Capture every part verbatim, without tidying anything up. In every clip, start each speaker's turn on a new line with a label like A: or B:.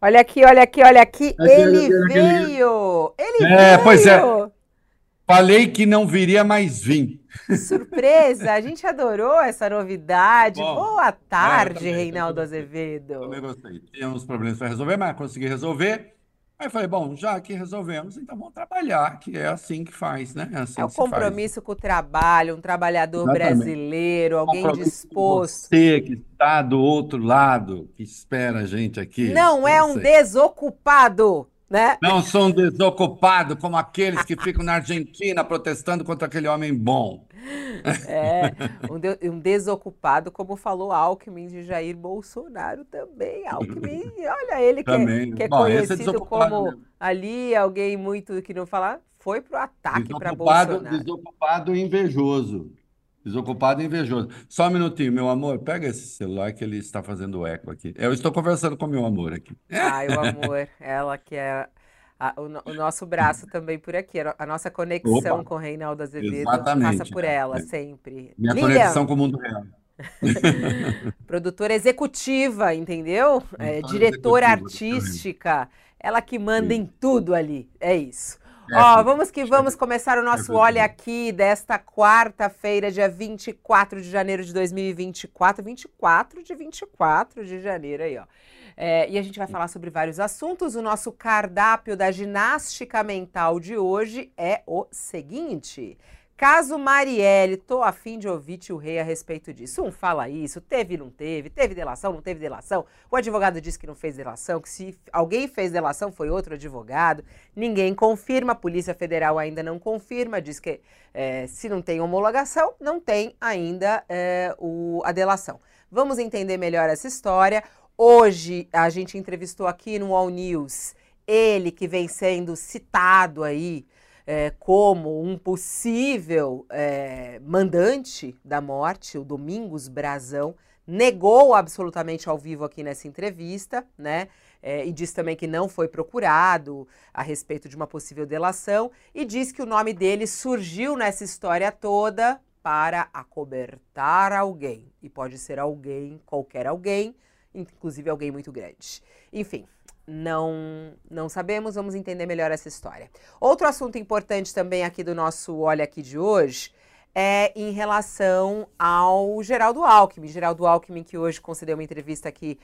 A: Olha aqui, olha aqui, olha aqui. Ele
B: Aquele, aquele...
A: veio! Ele
B: É, pois é.
A: veio!
B: Falei que não viria mais vir.
A: Que surpresa! A gente adorou essa novidade.
B: Bom,
A: Boa
B: é, eu
A: tarde,
B: também, também
A: Reinaldo
B: gostei. Também
A: Azevedo.
B: gostei. Tinha uns problemas para resolver, mas consegui resolver. Aí falei, bom, já que resolvemos, então vamos trabalhar, que é assim que faz, né? É
A: É
B: assim
A: o
B: que se faz.
A: compromisso com o trabalho, um trabalhador
B: Exatamente.
A: brasileiro, alguém
B: Compromisso com
A: disposto.
B: você que está do outro lado, que espera a gente aqui.
A: Não é
B: Eu
A: um
B: sei.
A: desocupado, né?
B: Não sou um desocupado como aqueles que ficam na Argentina protestando contra aquele homem bom.
A: É, um, de- um desocupado, como falou Alckmin de Jair Bolsonaro também. Alckmin, olha ele que é,
B: Também.
A: que é
B: Bom, esse é
A: conhecido
B: desocupado
A: como
B: mesmo.
A: ali alguém muito que não fala, foi pro ataque para
B: Desocupado,
A: Bolsonaro.
B: desocupado e invejoso. Desocupado e invejoso. Só um minutinho, meu amor. Pega esse celular que ele está fazendo eco aqui. Eu estou conversando com meu amor aqui.
A: Ai, o amor, ela que é a- o, no- o nosso braço também por aqui. A no- a nossa conexão
B: Opa,
A: com o Reinaldo Azevedo passa
B: exatamente.
A: por
B: É,
A: ela
B: é.
A: sempre.
B: Minha conexão
A: Lilian,
B: com o mundo real.
A: produtora executiva, entendeu? É,
B: Produtora
A: diretora
B: executiva do seu reino.
A: artística, ela que manda em
B: Isso.
A: tudo ali. É isso. Ó,
B: Chefe,
A: vamos que vamos
B: chefe,
A: começar o nosso
B: chefe de
A: Olha
B: tudo.
A: Aqui desta quarta-feira, dia vinte e quatro de janeiro de dois mil e vinte e quatro. vinte e quatro de vinte e quatro de janeiro aí, ó. É, e a gente vai falar sobre vários assuntos. O nosso cardápio da ginástica mental de hoje é o seguinte. Caso Marielle, tô a fim de ouvir tio Rei a respeito disso. Um fala isso, teve, não teve, teve delação, não teve delação. O advogado disse que não fez delação, que se alguém fez delação foi outro advogado. Ninguém confirma, a Polícia Federal ainda não confirma, diz que é, se não tem homologação, não tem ainda é, o, a delação. Vamos entender melhor essa história. Hoje a gente entrevistou aqui no All News ele que vem sendo citado aí é, como um possível é, mandante da morte, o Domingos Brazão, negou absolutamente ao vivo aqui nessa entrevista, né? É, e diz também que não foi procurado a respeito de uma possível delação e diz que o nome dele surgiu nessa história toda para acobertar alguém. E pode ser alguém, qualquer alguém, inclusive alguém muito grande. Enfim, não, não sabemos, vamos entender melhor essa história. Outro assunto importante também aqui do nosso Olha Aqui de hoje é em relação ao Geraldo Alckmin. Geraldo Alckmin, que hoje concedeu uma entrevista aqui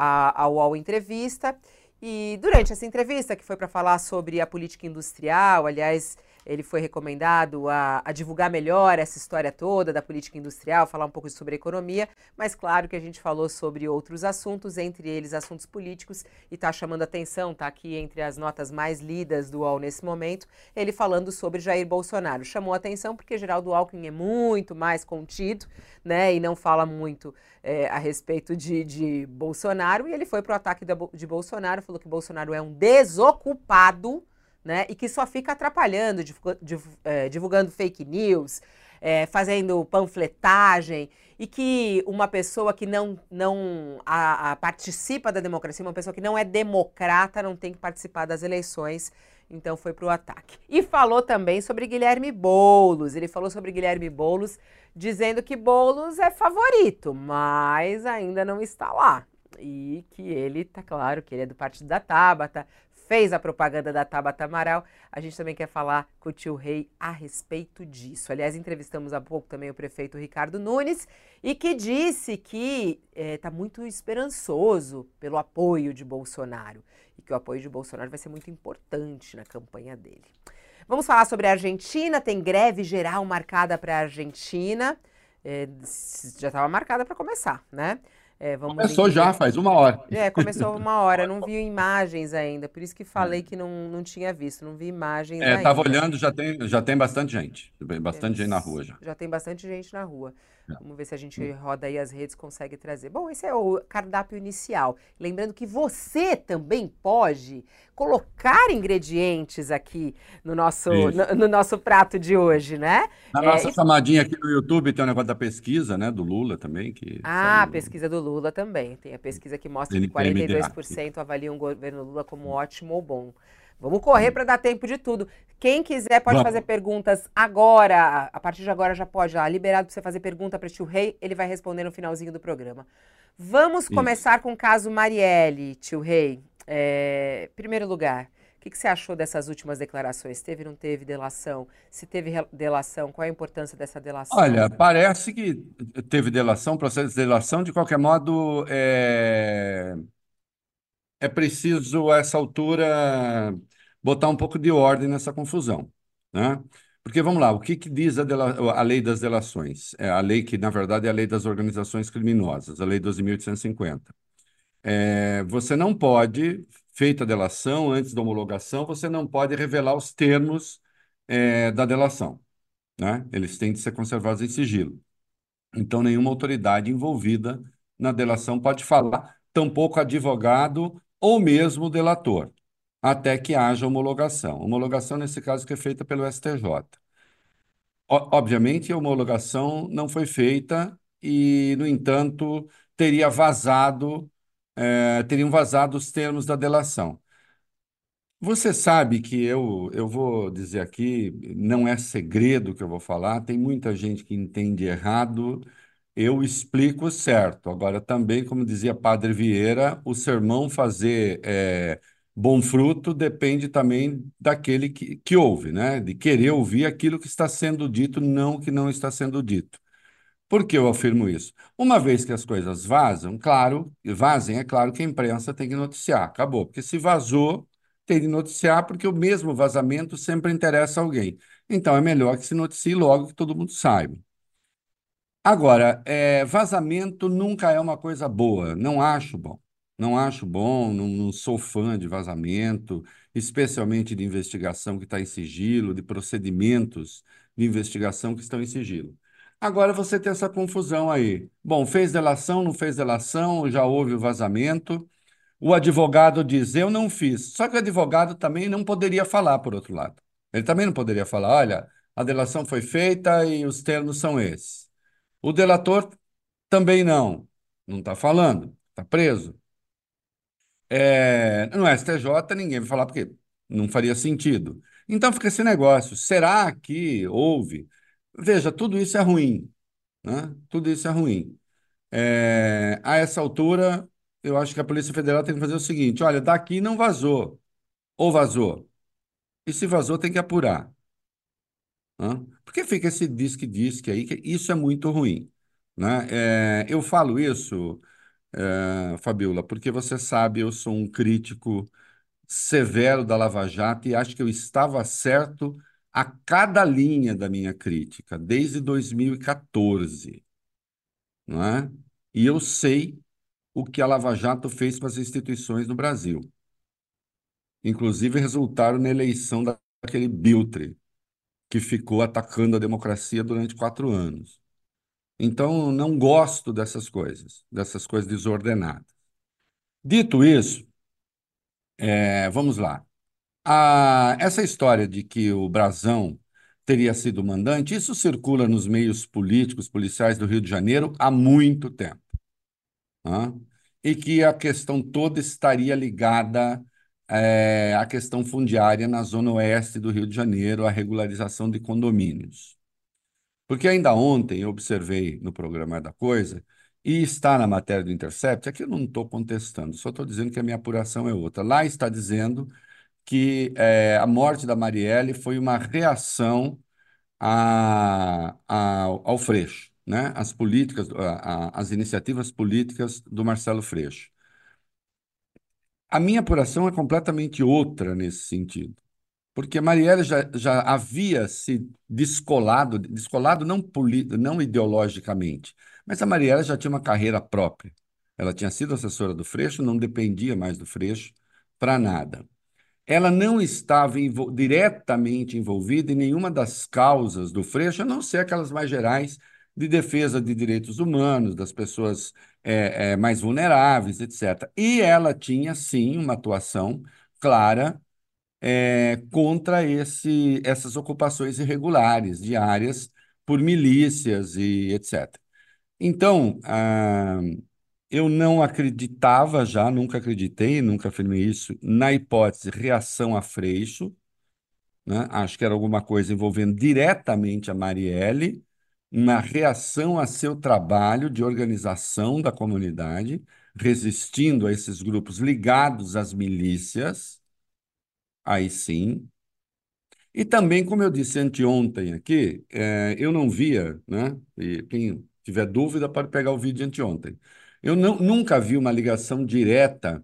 A: ao U O L Entrevista. E durante essa entrevista, que foi para falar sobre a política industrial, aliás, ele foi recomendado a, a divulgar melhor essa história toda da política industrial, falar um pouco sobre economia, mas claro que a gente falou sobre outros assuntos, entre eles assuntos políticos, e está chamando atenção, está aqui entre as notas mais lidas do U O L nesse momento, ele falando sobre Jair Bolsonaro. Chamou atenção porque Geraldo Alckmin é muito mais contido, né, e não fala muito é, a respeito de, de Bolsonaro, e ele foi para o ataque da, de Bolsonaro, falou que Bolsonaro é um desocupado, né, e que só fica atrapalhando, divulgando fake news, é, fazendo panfletagem, e que uma pessoa que não, não a, a participa da democracia, uma pessoa que não é democrata, não tem que participar das eleições, então foi para o ataque. E falou também sobre Guilherme Boulos, ele falou sobre Guilherme Boulos, dizendo que Boulos é favorito, mas ainda não está lá. E que ele, tá claro, que ele é do partido da Tabata, fez a propaganda da Tabata Amaral. A gente também quer falar com o tio Rei a respeito disso. Aliás, entrevistamos há pouco também o prefeito Ricardo Nunes e que disse que está é, muito esperançoso pelo apoio de Bolsonaro e que o apoio de Bolsonaro vai ser muito importante na campanha dele. Vamos falar sobre a Argentina, tem greve geral marcada para a Argentina, é, já estava marcada para começar, né? É, vamos
B: Começou
A: entender.
B: já, faz uma hora.
A: É, começou uma hora, não vi imagens ainda, por isso que falei que não, não tinha visto, não vi imagens
B: É, tava
A: ainda.
B: olhando, já tem, já tem bastante gente. Bastante gente na
A: Temos,
B: rua já.
A: já tem bastante gente na rua.
B: É.
A: Vamos ver se a gente roda aí as redes, consegue trazer. Bom, esse é o cardápio inicial. Lembrando que você também pode colocar ingredientes aqui no nosso,
B: Isso.
A: no, no nosso prato de hoje, né?
B: Na
A: É,
B: nossa
A: e
B: chamadinha aqui no YouTube tem o negócio da pesquisa, né? Do Lula também, que
A: Ah, a
B: saiu
A: pesquisa do Lula também. Tem a pesquisa que mostra que
B: N P M D A.
A: quarenta e dois por cento avaliam o governo Lula como ótimo ou bom. Vamos correr para dar tempo de tudo. Quem quiser pode fazer
B: Vamos.
A: perguntas agora. A partir de agora já pode, já liberado para você fazer pergunta para o tio Rei. Ele vai responder no finalzinho do programa. Vamos
B: Isso.
A: começar com o caso Marielle, tio Rei. É, primeiro lugar, o que, que você achou dessas últimas declarações? Teve, não teve delação? Se teve re- delação, qual é a importância dessa delação?
B: Olha, parece que teve delação, processo de delação, de qualquer modo, é, é preciso, a essa altura, botar um pouco de ordem nessa confusão, né? Porque, vamos lá, o que, que diz a, dela- a lei das delações? É a lei que, na verdade, é a lei das organizações criminosas, a lei doze mil oitocentos e cinquenta. É, você não pode, feita a delação, antes da homologação, você não pode revelar os termos, é, da delação, né? Eles têm de ser conservados em sigilo. Então, nenhuma autoridade envolvida na delação pode falar, tampouco advogado ou mesmo delator, até que haja homologação. Homologação, nesse caso, que é feita pelo S T J. O- Obviamente, a homologação não foi feita e, no entanto, teria vazado, eh, teriam vazado os termos da delação. Você sabe que eu, eu vou dizer aqui, não é segredo que eu vou falar, tem muita gente que entende errado, eu explico certo. Agora, também, como dizia Padre Vieira, o sermão fazer eh, bom fruto depende também daquele que, que ouve, né? De querer ouvir aquilo que está sendo dito, não o que não está sendo dito. Por que eu afirmo isso? Uma vez que as coisas vazam, claro, vazem, é claro que a imprensa tem que noticiar, acabou. Porque se vazou, tem de noticiar, porque o mesmo vazamento sempre interessa a alguém. Então é melhor que se noticie logo que todo mundo saiba. Agora, é, vazamento nunca é uma coisa boa, não acho bom. Não acho bom, não, não sou fã de vazamento, especialmente de investigação que está em sigilo, de procedimentos de investigação que estão em sigilo. Agora você tem essa confusão aí. Bom, fez delação, não fez delação, já houve o vazamento. O advogado diz, eu não fiz. Só que o advogado também não poderia falar, por outro lado. Ele também não poderia falar, olha, a delação foi feita e os termos são esses. O delator também não. Não está falando, está preso. É, no S T J, ninguém vai falar porque não faria sentido. Então fica esse negócio. Será que houve? Veja, tudo isso é ruim, né? Tudo isso é ruim. É, a essa altura, eu acho que a Polícia Federal tem que fazer o seguinte: olha, daqui não vazou, ou vazou. E se vazou, tem que apurar. Né? Porque fica esse disque-disque aí, que isso é muito ruim. Né? É, eu falo isso, é, Fabiola, porque você sabe, eu sou um crítico severo da Lava Jato e acho que eu estava certo a cada linha da minha crítica, desde dois mil e quatorze, não é? E eu sei o que a Lava Jato fez para as instituições no Brasil. Inclusive, resultaram na eleição daquele Biltre, que ficou atacando a democracia durante quatro anos. Então, não gosto dessas coisas, dessas coisas desordenadas. Dito isso, é, vamos lá. A- essa história de que o Brasão teria sido o mandante, isso circula nos meios políticos, policiais do Rio de Janeiro há muito tempo, né? E que a questão toda estaria ligada, eh, à questão fundiária na zona oeste do Rio de Janeiro, à regularização de condomínios. Porque ainda ontem eu observei no programa da Coisa, e está na matéria do Intercept, aqui eu não estou contestando, só estou dizendo que a minha apuração é outra. Lá está dizendo que eh, a morte da Marielle foi uma reação a, a- ao Freixo, né? As políticas, a- a- as iniciativas políticas do Marcelo Freixo. A minha apuração é completamente outra nesse sentido, porque a Marielle já, já havia se descolado, descolado não, poli, não ideologicamente, mas a Marielle já tinha uma carreira própria. Ela tinha sido assessora do Freixo, não dependia mais do Freixo para nada. Ela não estava envol- diretamente envolvida em nenhuma das causas do Freixo, a não ser aquelas mais gerais de defesa de direitos humanos, das pessoas eh, eh, mais vulneráveis, etcétera. E ela tinha, sim, uma atuação clara eh, contra esse, essas ocupações irregulares de áreas por milícias e etcétera. Então, ah, eu não acreditava já, nunca acreditei, nunca afirmei isso, na hipótese reação a Freixo, né? Acho que era alguma coisa envolvendo diretamente a Marielle, uma reação a seu trabalho de organização da comunidade, resistindo a esses grupos ligados às milícias, aí sim. E também, como eu disse anteontem aqui, eh, eu não via, né? E quem tiver dúvida pode pegar o vídeo de anteontem. Eu não, nunca vi uma ligação direta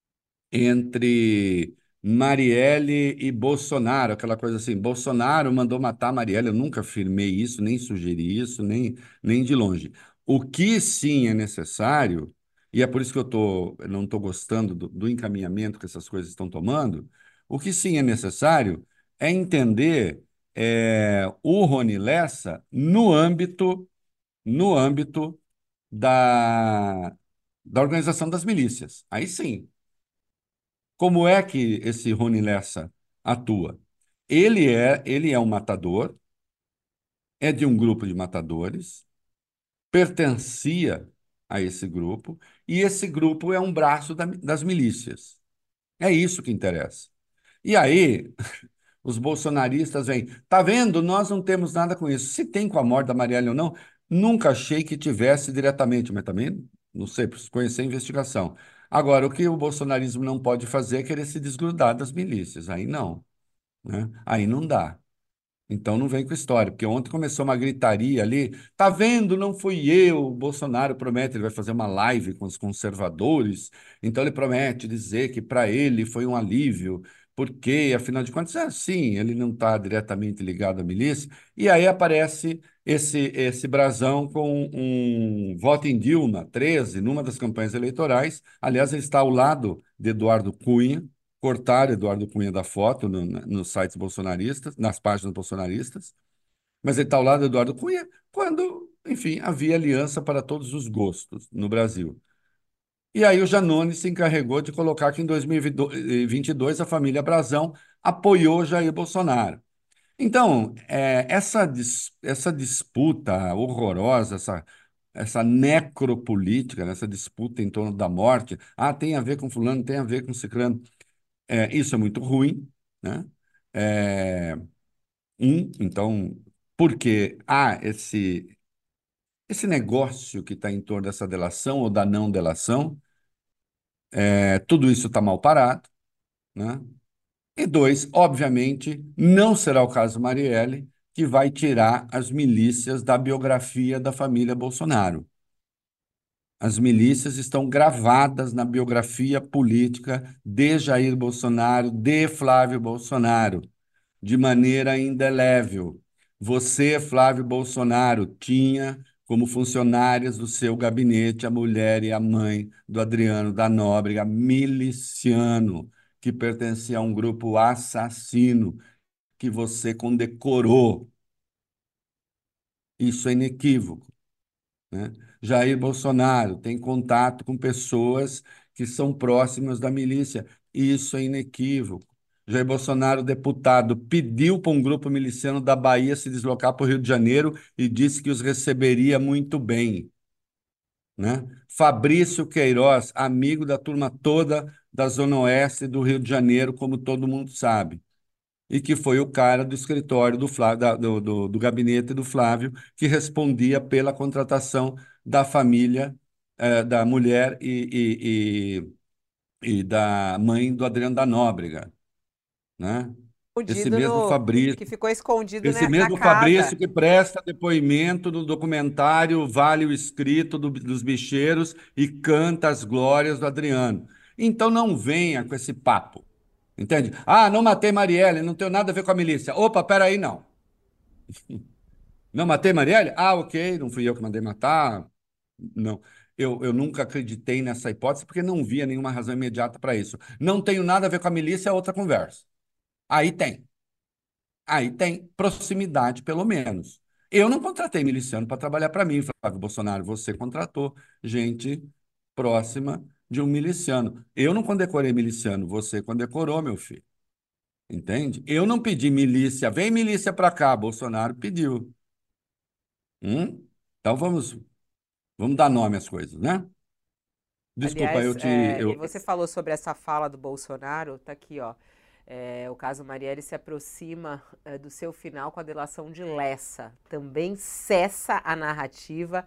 B: entre Marielle e Bolsonaro, aquela coisa assim, Bolsonaro mandou matar Marielle, eu nunca afirmei isso, nem sugeri isso, nem, nem de longe. O que sim é necessário, e é por isso que eu tô, eu não estou gostando do, do encaminhamento que essas coisas estão tomando, o que sim é necessário é entender é, o Rony Lessa no âmbito, no âmbito da, da organização das milícias. Aí sim. Como é que esse Rony Lessa atua? Ele é, ele é um matador, é de um grupo de matadores, pertencia a esse grupo, e esse grupo é um braço da- das milícias. É isso que interessa. E aí, os bolsonaristas vêm, tá vendo? Nós não temos nada com isso. Se tem com a morte da Marielle ou não, nunca achei que tivesse diretamente, mas também não sei, preciso conhecer a investigação. Agora, o que o bolsonarismo não pode fazer é querer se desgrudar das milícias. Aí não, né? Aí não dá. Então não vem com história, porque ontem começou uma gritaria ali. Tá vendo? Não fui eu. O Bolsonaro promete, ele vai fazer uma live com os conservadores. Então ele promete dizer que para ele foi um alívio, porque, afinal de contas, é assim, ele não está diretamente ligado à milícia. E aí aparece esse, esse brasão com um voto em Dilma, treze, numa das campanhas eleitorais. Aliás, ele está ao lado de Eduardo Cunha. Cortaram Eduardo Cunha da foto no, na- nos sites bolsonaristas, nas páginas bolsonaristas, mas ele está ao lado do Eduardo Cunha quando, enfim, havia aliança para todos os gostos no Brasil. E aí o Janone se encarregou de colocar que em dois mil e vinte e dois a família Brazão apoiou Jair Bolsonaro. Então, é, essa, dis- essa disputa horrorosa, essa, essa necropolítica, né, essa disputa em torno da morte, ah, tem a ver com fulano, tem a ver com ciclano. É, isso é muito ruim, né? É, um, então, porque há esse, esse negócio que está em torno dessa delação ou da não delação, é, tudo isso está mal parado, né? E dois, obviamente, não será o caso Marielle, que vai tirar as milícias da biografia da família Bolsonaro. As milícias estão gravadas na biografia política de Jair Bolsonaro, de Flávio Bolsonaro, de maneira indelével. Você, Flávio Bolsonaro, tinha como funcionárias do seu gabinete a mulher e a mãe do Adriano da Nóbrega, miliciano, que pertencia a um grupo assassino que você condecorou. Isso é inequívoco, né? Jair Bolsonaro tem contato com pessoas que são próximas da milícia. Isso é inequívoco. Jair Bolsonaro, deputado, pediu para um grupo miliciano da Bahia se deslocar para o Rio de Janeiro e disse que os receberia muito bem, né? Fabrício Queiroz, amigo da turma toda da Zona Oeste do Rio de Janeiro, como todo mundo sabe, e que foi o cara do escritório do Flávio, da- do, do, do gabinete do Flávio, que respondia pela contratação da família, eh, da mulher e, e, e, e da mãe do Adriano da Nóbrega, né? Esse
A: Escondido
B: mesmo
A: no,
B: Fabrício,
A: que ficou escondido,
B: esse
A: né, na
B: mesmo
A: casa.
B: Fabrício que presta depoimento no documentário Vale o Escrito do- dos Bicheiros e canta as glórias do Adriano. Então não venha com esse papo. Entende? Ah, não matei Marielle, não tenho nada a ver com a milícia. Opa, peraí, não. Não matei Marielle? Ah, ok, não fui eu que mandei matar. Não. Eu, eu nunca acreditei nessa hipótese porque não via nenhuma razão imediata para isso. Não tenho nada a ver com a milícia, é outra conversa. Aí tem. Aí tem proximidade, pelo menos. Eu não contratei miliciano para trabalhar para mim, Flávio Bolsonaro. Você contratou gente próxima de um miliciano. Eu não condecorei miliciano, você condecorou, meu filho. Entende? Eu não pedi milícia, vem milícia para cá, Bolsonaro pediu. Hum? Então vamos, vamos dar nome às coisas, né? Desculpa, eu
A: Aliás,
B: te.
A: é, e
B: Eu...
A: você falou sobre essa fala do Bolsonaro, tá aqui, ó. É, o caso Marielle se aproxima é, do seu final com a delação de Lessa. Também cessa a narrativa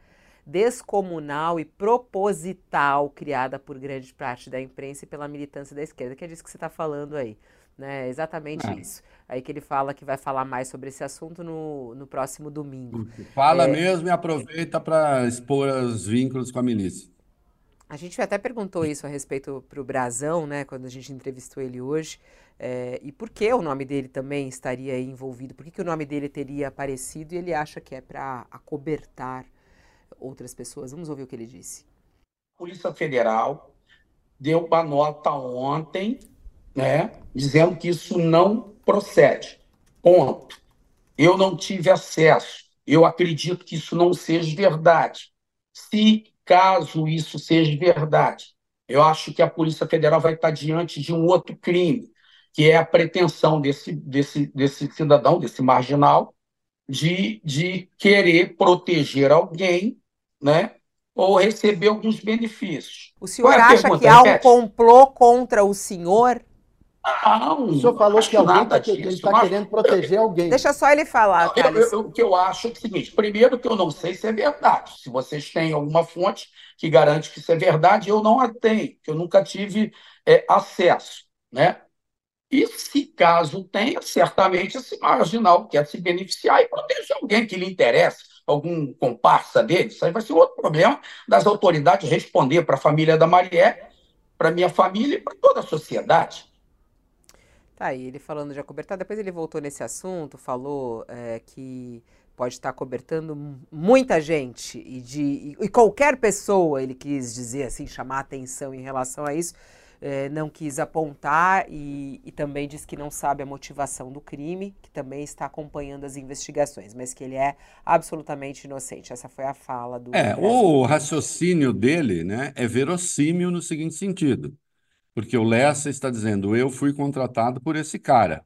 A: descomunal e proposital criada por grande parte da imprensa e pela militância da esquerda, que é disso que você está falando aí. Né? É exatamente
B: É.
A: isso. Aí que ele fala que vai falar mais sobre esse assunto no, no próximo domingo.
B: Fala
A: É,
B: mesmo e aproveita para expor os vínculos com a milícia.
A: a gente até perguntou isso a respeito para o Brazão, né, quando a gente entrevistou ele hoje, é, e por que o nome dele também estaria aí envolvido, por que, que o nome dele teria aparecido, e ele acha que é para acobertar outras pessoas. Vamos ouvir o que ele disse.
C: A Polícia Federal deu uma nota ontem, né, dizendo que isso não procede. Ponto. Eu não tive acesso. Eu acredito que isso não seja verdade. Se caso isso seja verdade, eu acho que a Polícia Federal vai estar diante de um outro crime, que é a pretensão desse, desse, desse cidadão, desse marginal, de, de querer proteger alguém, né, ou receber alguns benefícios.
A: O
C: Qual é
A: senhor
C: a
A: acha que
C: pergunta?
A: há um
C: Repete.
A: complô contra o senhor?
C: Não,
D: O senhor
C: não
D: falou que
C: acho
D: alguém
C: nada
D: tá, que ele
C: disso.
D: está
C: Não acho-
D: querendo proteger alguém.
A: Deixa só ele falar,
C: Eu, eu,
A: Thales.
C: eu- o que eu acho é o seguinte: primeiro, que eu não sei se é verdade. Se vocês têm alguma fonte que garante que isso é verdade, eu não a tenho, que eu nunca tive é, acesso, né? E se caso tenha, certamente esse marginal quer se beneficiar e proteger alguém que lhe interessa, algum comparsa dele. Isso aí vai ser outro problema das autoridades responder para a família da Marielle, para minha família e para toda a sociedade.
A: Tá aí, ele falando de acobertar, depois ele voltou nesse assunto, falou é, que pode estar acobertando mu- muita gente e, de, e, e qualquer pessoa, ele quis dizer assim, chamar atenção em relação a isso, é, não quis apontar e, e também diz que não sabe a motivação do crime, que também está acompanhando as investigações, mas que ele é absolutamente inocente. Essa foi a fala do
B: É,
A: Brazão.
B: o raciocínio dele, né, é verossímil no seguinte sentido, porque o Lessa está dizendo, eu fui contratado por esse cara.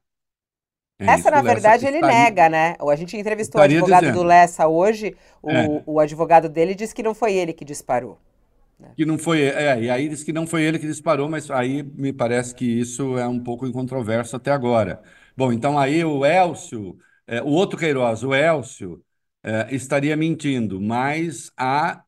B: É
A: Essa,
B: isso que
A: na
B: o Lessa
A: verdade, ele
B: estaria,
A: nega, né? A gente entrevistou o
B: estaria
A: advogado do
B: dizendo.
A: Lessa hoje, o,
B: É,
A: o advogado dele disse que não foi ele que disparou. Né?
B: que não foi, é, e aí diz que não foi ele que disparou, mas aí me parece que isso é um pouco incontroverso até agora. Bom, então aí o Elcio, é, o outro Queiroz, o Elcio, é, estaria mentindo, mas há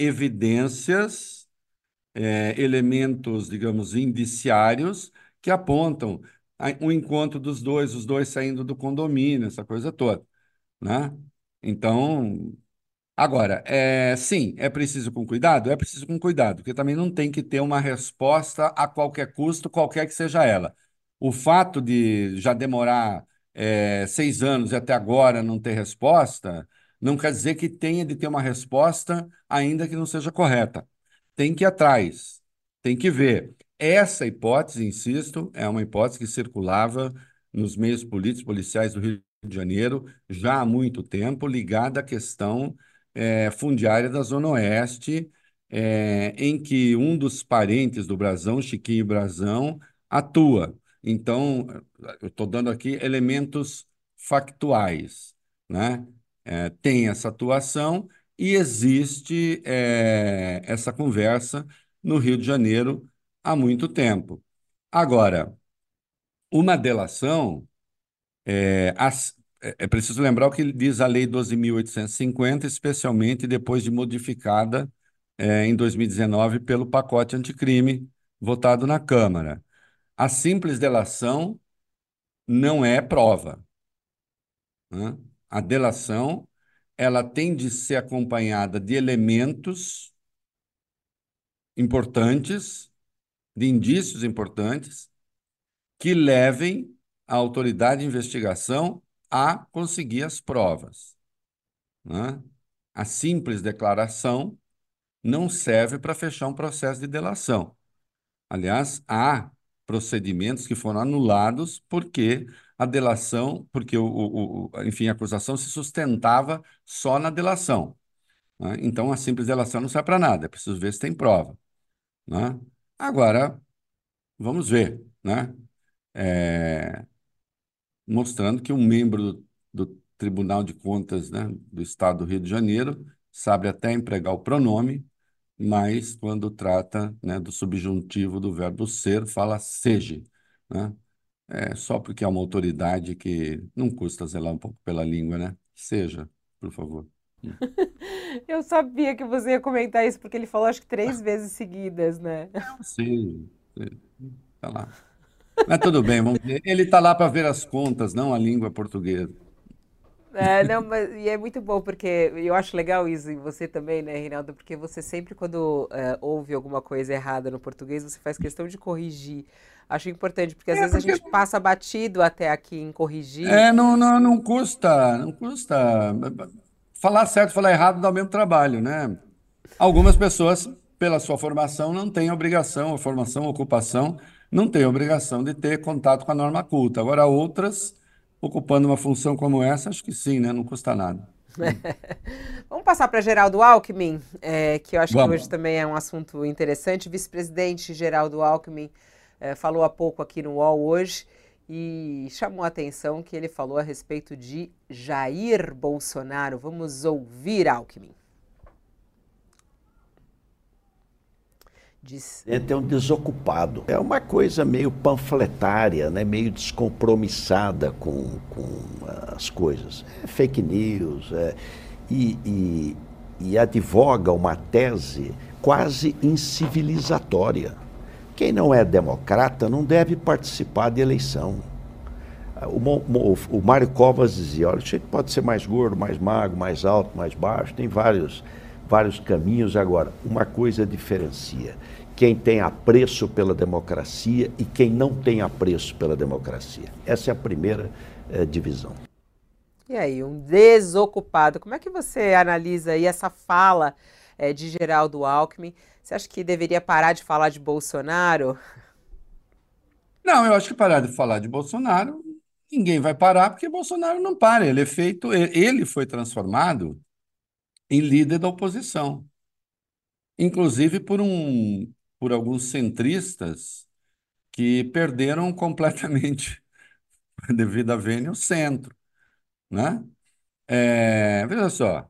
B: evidências, é, elementos, digamos, indiciários que apontam a- o encontro dos dois, os dois saindo do condomínio, essa coisa toda, né? Então, agora, é, sim, é preciso com cuidado? É preciso com cuidado, porque também não tem que ter uma resposta a qualquer custo, qualquer que seja ela. O fato de já demorar é, seis anos e até agora não ter resposta, não quer dizer que tenha de ter uma resposta, ainda que não seja correta. Tem que ir atrás, tem que ver. Essa hipótese, insisto, é uma hipótese que circulava nos meios políticos, policiais do Rio de Janeiro já há muito tempo, ligada à questão eh, fundiária da Zona Oeste, eh, em que um dos parentes do Brasão, Chiquinho Brasão, atua. Então, eu estou dando aqui elementos factuais, né? Eh, tem essa atuação e existe eh, essa conversa no Rio de Janeiro há muito tempo. Agora, uma delação. É, as- é é preciso lembrar o que diz a Lei doze mil oitocentos e cinquenta, especialmente depois de modificada, é, em dois mil e dezenove pelo pacote anticrime votado na Câmara. A simples delação não é prova, né? A delação ela tem de ser acompanhada de elementos importantes, de indícios importantes, que levem a autoridade de investigação a conseguir as provas, né? A simples declaração não serve para fechar um processo de delação. Aliás, há procedimentos que foram anulados porque a delação, porque o, o, o- enfim, a acusação se sustentava só na delação, né? Então, a simples delação não serve para nada, é preciso ver se tem prova, né? Agora, vamos ver, né? É, mostrando que um membro do, do Tribunal de Contas, né, do Estado do Rio de Janeiro sabe até empregar o pronome, mas quando trata, né, do subjuntivo do verbo ser, fala seja, né? É só porque é uma autoridade que não custa zelar um pouco pela língua, né? Seja, por favor.
A: Eu sabia que você ia comentar isso, porque ele falou acho que três vezes seguidas, né?
B: Sim, tá lá. Mas tudo bem, vamos ver. Ele está lá para ver as contas, não a língua portuguesa.
A: É, não, mas e é muito bom, porque eu acho legal isso em você também, né, Reinaldo? Porque você sempre, quando é, ouve alguma coisa errada no português, você faz questão de corrigir. Acho importante, porque às
B: É,
A: vezes a
B: porque
A: gente passa batido até aqui em corrigir.
B: é, não, não, não custa, não custa. Falar certo, falar errado dá o mesmo trabalho, né? Algumas pessoas, pela sua formação, não têm obrigação, a formação, a ocupação, não têm obrigação de ter contato com a norma culta. Agora, outras, ocupando uma função como essa, acho que sim, né? Não custa nada.
A: Vamos passar para Geraldo Alckmin, é, que eu acho que hoje
B: Vamos.
A: também é um assunto interessante. Vice-presidente Geraldo Alckmin é, falou há pouco aqui no U O L hoje e chamou a atenção que ele falou a respeito de Jair Bolsonaro. Vamos ouvir Alckmin. Diz...
D: É um desocupado. É uma coisa meio panfletária, né? Meio descompromissada com, com as coisas. É fake news é, e, e, e advoga uma tese quase incivilizatória. Quem não é democrata não deve participar de eleição. O, o, o Mário Covas dizia, olha, a gente pode ser mais gordo, mais magro, mais alto, mais baixo, tem vários, vários caminhos. Agora, uma coisa diferencia quem tem apreço pela democracia e quem não tem apreço pela democracia. Essa é a primeira eh, divisão.
A: E aí, um desocupado. Como é que você analisa aí essa fala eh, de Geraldo Alckmin? Você acha que deveria parar de falar de Bolsonaro?
B: Não, eu acho que parar de falar de Bolsonaro, ninguém vai parar, porque Bolsonaro não para. Ele é feito, ele foi transformado em líder da oposição, inclusive por um, por alguns centristas que perderam completamente, devido à vênia, o centro, né? É, veja só,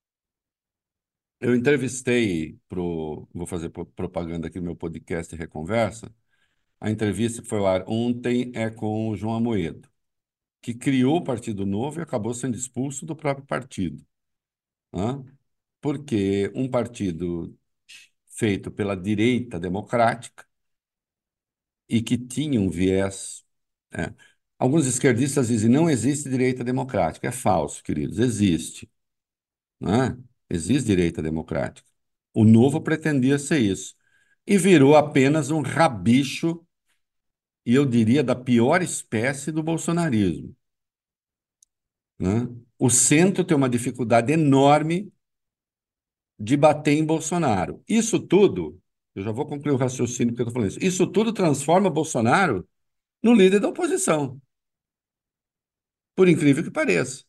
B: eu entrevistei pro, vou fazer pro- propaganda aqui no meu podcast Reconversa. A entrevista que foi ao ar ontem é com o João Amoedo, que criou o Partido Novo e acabou sendo expulso do próprio partido, né? Porque um partido feito pela direita democrática e que tinha um viés. é, Alguns esquerdistas dizem não existe direita democrática. É falso, queridos, existe, né? Existe direita democrática. O Novo pretendia ser isso. E virou apenas um rabicho, e eu diria da pior espécie do bolsonarismo, né? O centro tem uma dificuldade enorme de bater em Bolsonaro. Isso tudo, eu já vou concluir o raciocínio porque eu estou falando isso. Isso tudo transforma Bolsonaro no líder da oposição, por incrível que pareça.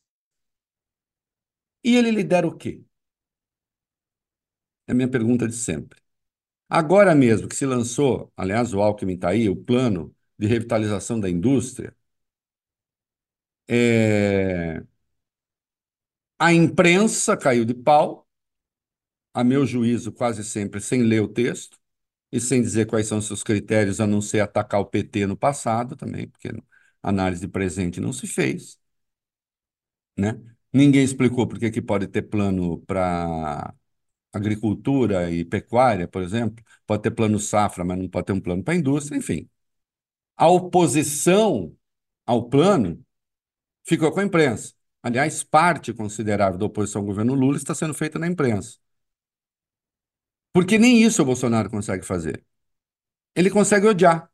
B: E ele lidera o quê? É a minha pergunta de sempre. Agora mesmo que se lançou, aliás, o Alckmin está aí, o plano de revitalização da indústria, é, a imprensa caiu de pau, a meu juízo, quase sempre sem ler o texto e sem dizer quais são seus critérios, a não ser atacar o P T no passado também, porque análise de presente não se fez, né? Ninguém explicou por que que pode ter plano para agricultura e pecuária, por exemplo, pode ter plano safra, mas não pode ter um plano para a indústria, enfim. A oposição ao plano ficou com a imprensa. Aliás, parte considerável da oposição ao governo Lula está sendo feita na imprensa. Porque nem isso o Bolsonaro consegue fazer. Ele consegue odiar.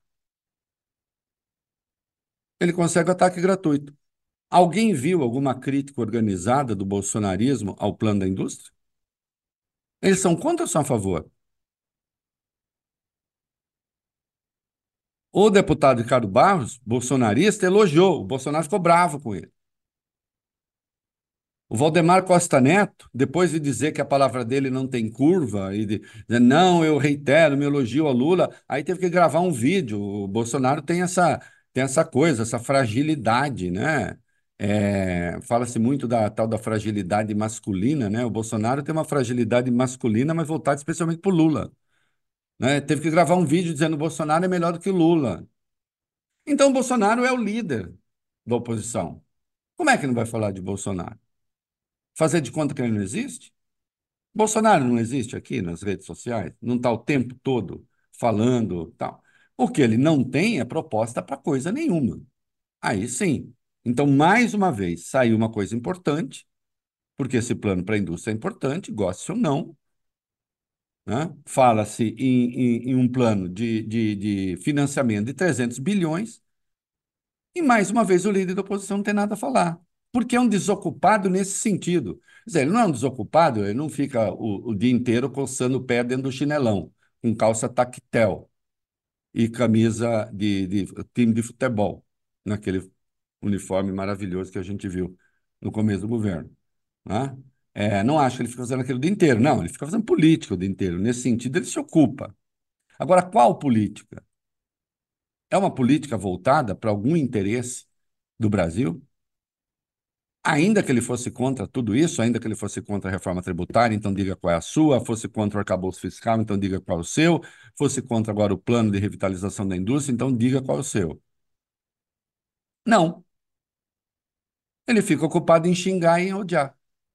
B: Ele consegue ataque gratuito. Alguém viu alguma crítica organizada do bolsonarismo ao plano da indústria? Eles são contra ou são a favor? O deputado Ricardo Barros, bolsonarista, elogiou. O Bolsonaro ficou bravo com ele. O Valdemar Costa Neto, depois de dizer que a palavra dele não tem curva, e de dizer, não, eu reitero, me elogio ao Lula, aí teve que gravar um vídeo. O Bolsonaro tem essa, tem essa coisa, essa fragilidade, né? É, fala-se muito da tal da fragilidade masculina, né? O Bolsonaro tem uma fragilidade masculina, mas voltada especialmente para o Lula, né? Teve que gravar um vídeo dizendo que o Bolsonaro é melhor do que o Lula. Então, o Bolsonaro é o líder da oposição. Como é que não vai falar de Bolsonaro? Fazer de conta que ele não existe? Bolsonaro não existe aqui nas redes sociais? Não está o tempo todo falando tal? Porque ele não tem a proposta para coisa nenhuma. Aí sim. Então, mais uma vez, saiu uma coisa importante, porque esse plano para a indústria é importante, goste ou não, né? Fala-se em, em, em um plano de, de, de financiamento de trezentos bilhões, e mais uma vez o líder da oposição não tem nada a falar, porque é um desocupado nesse sentido. Quer dizer, ele não é um desocupado, ele não fica o, o dia inteiro coçando o pé dentro do chinelão, com calça tactel e camisa de, de time de futebol, naquele uniforme maravilhoso que a gente viu no começo do governo, né? É, não acho que ele fica fazendo aquilo o dia inteiro, não, ele fica fazendo política o dia inteiro. Nesse sentido, ele se ocupa. Agora, qual política? É uma política voltada para algum interesse do Brasil? Ainda que ele fosse contra tudo isso, ainda que ele fosse contra a reforma tributária, então diga qual é a sua, fosse contra o arcabouço fiscal, então diga qual é o seu, fosse contra agora o plano de revitalização da indústria, então diga qual é o seu. Não. Ele fica ocupado em xingar e em odiar.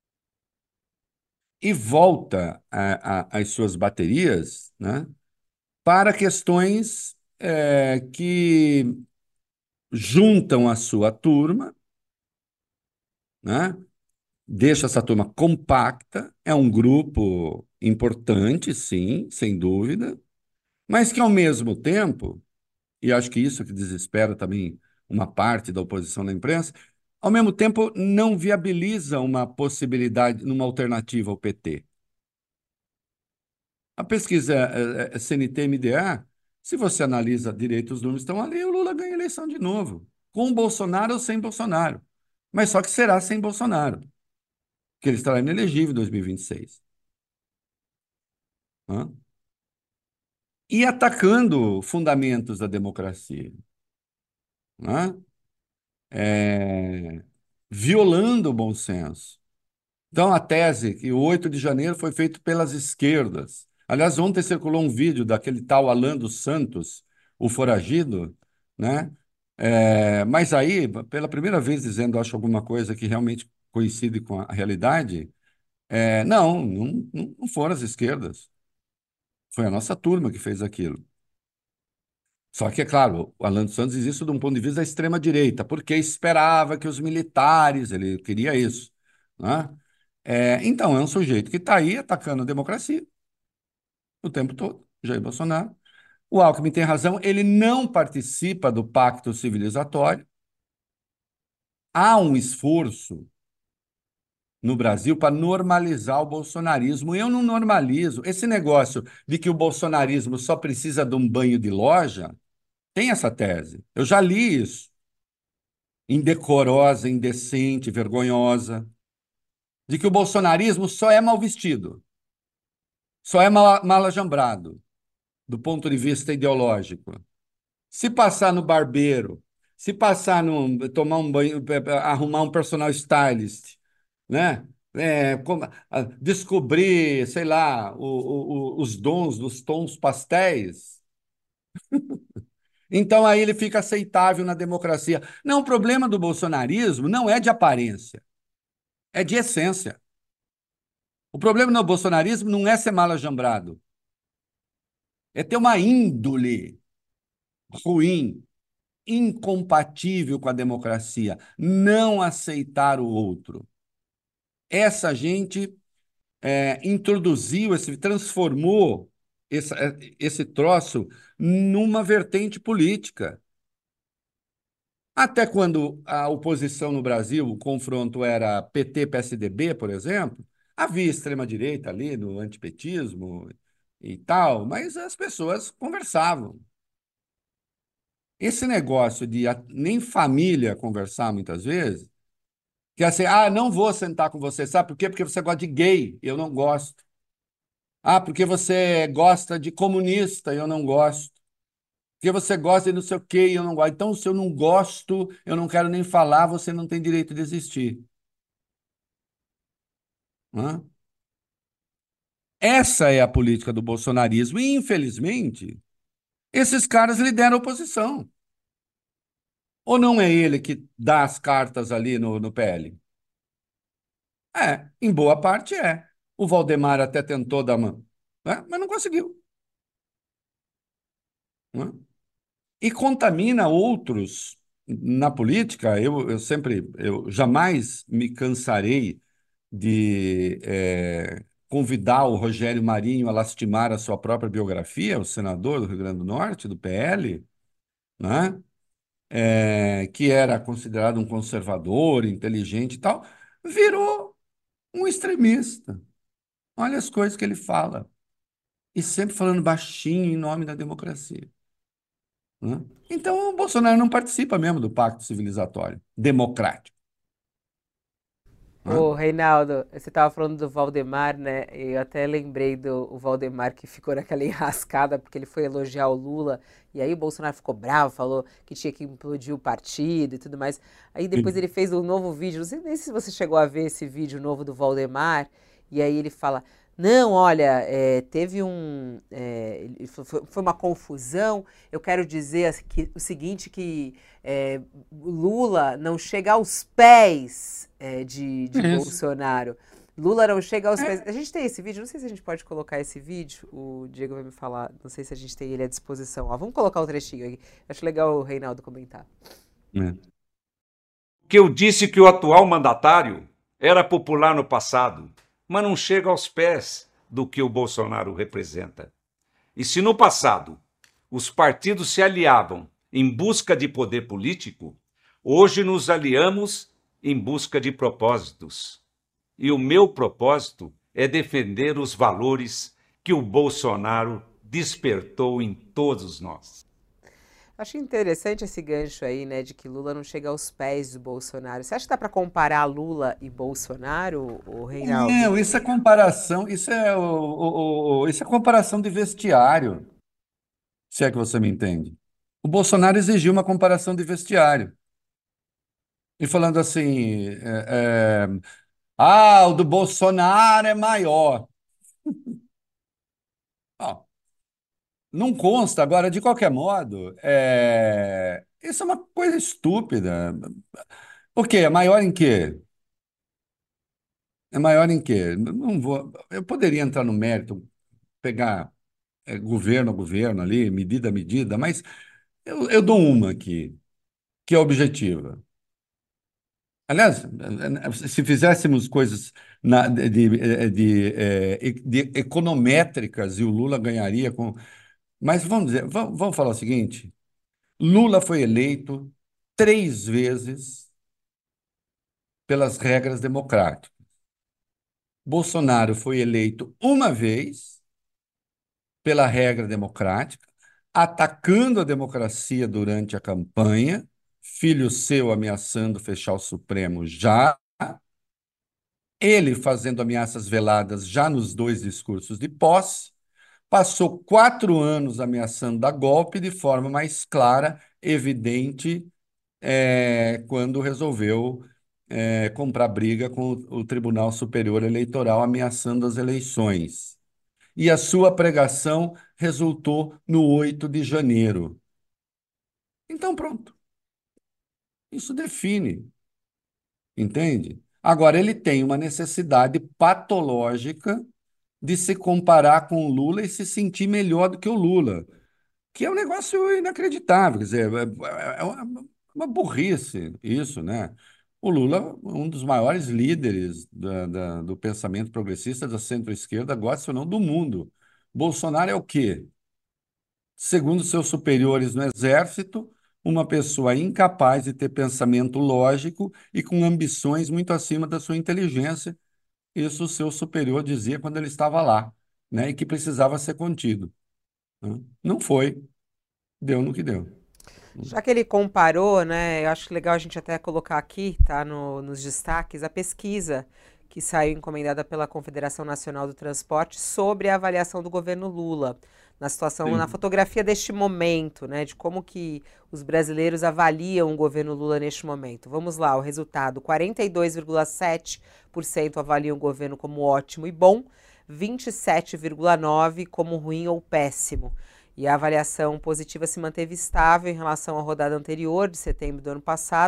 B: E volta a- a- às suas baterias, né, para questões é, que juntam a sua turma, né, deixa essa turma compacta, é um grupo importante, sim, sem dúvida, mas que ao mesmo tempo, e acho que isso que desespera também uma parte da oposição na imprensa, ao mesmo tempo não viabiliza uma possibilidade, uma alternativa ao P T. A pesquisa é, é, C N T-M D A, se você analisa direito os números estão ali, o Lula ganha a eleição de novo, com Bolsonaro ou sem Bolsonaro. Mas só que será sem Bolsonaro, que ele estará inelegível em dois mil e vinte e seis. Hã? E atacando fundamentos da democracia, né? É, violando o bom senso. Então, a tese que o oito de janeiro foi feito pelas esquerdas. Aliás, ontem circulou um vídeo daquele tal Alan dos Santos, o foragido, né? É, mas aí, pela primeira vez dizendo, acho alguma coisa que realmente coincide com a realidade, é, não, não, não foram as esquerdas. Foi a nossa turma que fez aquilo. Só que, é claro, o Alan dos Santos diz isso de um ponto de vista da extrema-direita, porque esperava que os militares, ele queria isso, né? É, então, é um sujeito que está aí atacando a democracia o tempo todo, Jair Bolsonaro. O Alckmin tem razão, ele não participa do pacto civilizatório. Há um esforço no Brasil para normalizar o bolsonarismo. Eu não normalizo. Esse negócio de que o bolsonarismo só precisa de um banho de loja, tem essa tese. Eu já li isso. Indecorosa, indecente, vergonhosa. De que o bolsonarismo só é mal vestido, só é mal, mal ajambrado, do ponto de vista ideológico. Se passar no barbeiro, se passar no tomar um banho, arrumar um personal stylist, né? É, como- ah, descobrir, sei lá, o- o- o- os dons dos tons pastéis. Então aí ele fica aceitável na democracia. Não, o problema do bolsonarismo não é de aparência, é de essência. O problema do bolsonarismo não é ser mal ajambrado, é ter uma índole ruim, incompatível com a democracia, não aceitar o outro. Essa gente é, introduziu, esse, transformou esse, esse troço numa vertente política. Até quando a oposição no Brasil, o confronto era P T P S D B, por exemplo, havia extrema-direita ali no antipetismo e tal, mas as pessoas conversavam. Esse negócio de a- nem família conversar muitas vezes, que é assim, ah, não vou sentar com você, sabe por quê? Porque você gosta de gay, eu não gosto. Ah, porque você gosta de comunista, eu não gosto. Porque você gosta de não sei o quê, e eu não gosto. Então, se eu não gosto, eu não quero nem falar, você não tem direito de existir. Hã? Essa é a política do bolsonarismo. E, infelizmente, esses caras lideram a oposição. Ou não é ele que dá as cartas ali no, no P L? É, em boa parte é. O Valdemar até tentou dar uma, né? Mas não conseguiu. Né? E contamina outros na política. Eu, eu sempre, eu jamais me cansarei de eh, convidar o Rogério Marinho a lastimar a sua própria biografia, o senador do Rio Grande do Norte, do P L, né? Eh, que era considerado um conservador, inteligente e tal, virou um extremista. Olha as coisas que ele fala. E sempre falando baixinho em nome da democracia. Né? Então, o Bolsonaro não participa mesmo do pacto civilizatório democrático. Né?
A: Ô, Reinaldo, você estava falando do Valdemar, né? Eu até lembrei do o Valdemar que ficou naquela enrascada porque ele foi elogiar o Lula e aí o Bolsonaro ficou bravo, falou que tinha que implodir o partido e tudo mais. Aí depois ele fez um novo vídeo, não sei nem se você chegou a ver esse vídeo novo do Valdemar, e aí ele fala, não, olha, é, teve um, é, foi, foi uma confusão, eu quero dizer que, o seguinte, que é, Lula não chega aos pés é, de, de
B: Isso.
A: Bolsonaro. Lula não chega aos pés.
B: É.
A: A gente tem esse vídeo, não sei se a gente pode colocar esse vídeo, o Diego vai me falar, não sei se a gente tem ele à disposição. Ó, vamos colocar um trechinho aqui. Acho legal o Reinaldo comentar.
B: É.
E: Que eu disse que o atual mandatário era popular no passado, mas não chega aos pés do que o Bolsonaro representa. E se no passado os partidos se aliavam em busca de poder político, hoje nos aliamos em busca de propósitos. E o meu propósito é defender os valores que o Bolsonaro despertou em todos nós.
A: Acho interessante esse gancho aí, né, de que Lula não chega aos pés do Bolsonaro. Você acha que dá para comparar Lula e Bolsonaro, o Reinaldo?
B: Não, isso é comparação, isso é, o, o- o- isso é comparação de vestiário, se é que você me entende. O Bolsonaro exigiu uma comparação de vestiário. E falando assim, é, é, ah, o do Bolsonaro é maior. Ó, não consta, agora, de qualquer modo, é, isso é uma coisa estúpida. Por quê? É maior em quê? É maior em quê? Não vou, eu poderia entrar no mérito, pegar é, governo a governo ali, medida a medida, mas eu, eu dou uma aqui, que é objetiva. Aliás, se fizéssemos coisas na- de, de, de, eh, de econométricas e o Lula ganharia com. Mas vamos dizer, vamos, vamos falar o seguinte: Lula foi eleito três vezes pelas regras democráticas. Bolsonaro foi eleito uma vez pela regra democrática, atacando a democracia durante a campanha, filho seu ameaçando fechar o Supremo já, ele fazendo ameaças veladas já nos dois discursos de posse, passou quatro anos ameaçando dar golpe de forma mais clara, evidente, é, quando resolveu é, comprar briga com o, o Tribunal Superior Eleitoral, ameaçando as eleições. E a sua pregação resultou no oito de janeiro. Então, pronto. Isso define, entende? Agora, ele tem uma necessidade patológica de se comparar com o Lula e se sentir melhor do que o Lula, que é um negócio inacreditável. Quer dizer, é, é uma, uma burrice isso, né? O Lula, um dos maiores líderes da, da- do pensamento progressista da centro-esquerda, gosta ou não, do mundo. Bolsonaro é o quê? Segundo seus superiores no exército, uma pessoa incapaz de ter pensamento lógico e com ambições muito acima da sua inteligência. Isso o seu superior dizia quando ele estava lá, né? E que precisava ser contido. Né? Não foi, deu no que deu.
A: Já que ele comparou, né, eu acho legal a gente até colocar aqui, tá, no, nos destaques, a pesquisa que saiu encomendada pela Confederação Nacional do Transporte sobre a avaliação do governo Lula, na situação, na
B: Sim.
A: fotografia deste momento, né, de como que os brasileiros avaliam o governo Lula neste momento. Vamos lá, o resultado, quarenta e dois vírgula sete por cento avaliam o governo como ótimo e bom, vinte e sete vírgula nove por cento como ruim ou péssimo. E a avaliação positiva se manteve estável em relação à rodada anterior, de setembro do ano passado,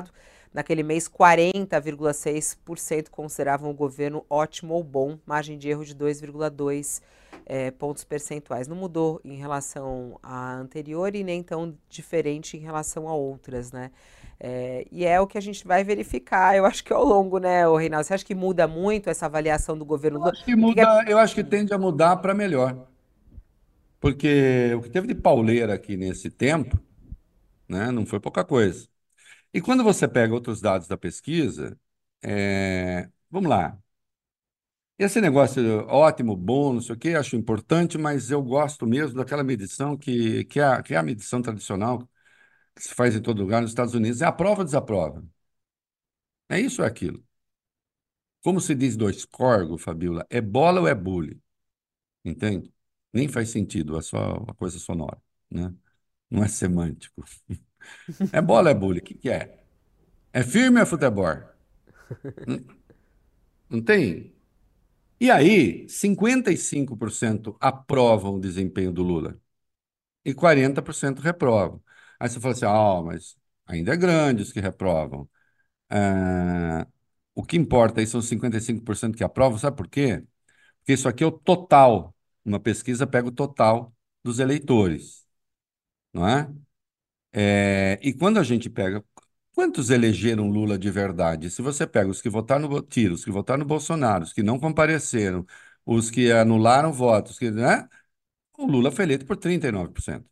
A: Naquele mês, quarenta vírgula seis por cento consideravam o governo ótimo ou bom, margem de erro de dois vírgula dois é, pontos percentuais. Não mudou em relação à anterior e nem tão diferente em relação a outras, né? É, e é o que a gente vai verificar, eu acho que ao longo, né, o Reinaldo? Você acha que muda muito essa avaliação do governo Lula?
B: Acho que
A: O que que é...
B: muda, eu acho que tende a mudar para melhor. Porque o que teve de pauleira aqui nesse tempo, né, não foi pouca coisa. E quando você pega outros dados da pesquisa, é, vamos lá. Esse negócio ótimo, bom, não sei o quê, acho importante, mas eu gosto mesmo daquela medição que, que, é, a- que é a medição tradicional que se faz em todo lugar nos Estados Unidos. É aprova ou desaprova? É isso ou é aquilo? Como se diz do escorgo, Fabiola, é bola ou é bule? Entende? Nem faz sentido, é só uma coisa sonora, né? Não é semântico. É bola ou é bule? O que que é? É firme ou é futebol? Não, não tem? E aí, cinquenta e cinco por cento aprovam o desempenho do Lula e quarenta por cento reprovam. Aí você fala assim, ah, mas ainda é grande os que reprovam. Ah, o que importa aí são os cinquenta e cinco por cento que aprovam, sabe por quê? Porque isso aqui é o total. Uma pesquisa pega o total dos eleitores, não é? É, e quando a gente pega, quantos elegeram Lula de verdade? Se você pega os que votaram no Bo- tira, os que votaram no Bolsonaro, os que não compareceram, os que anularam votos, que, né? O Lula foi eleito por trinta e nove por cento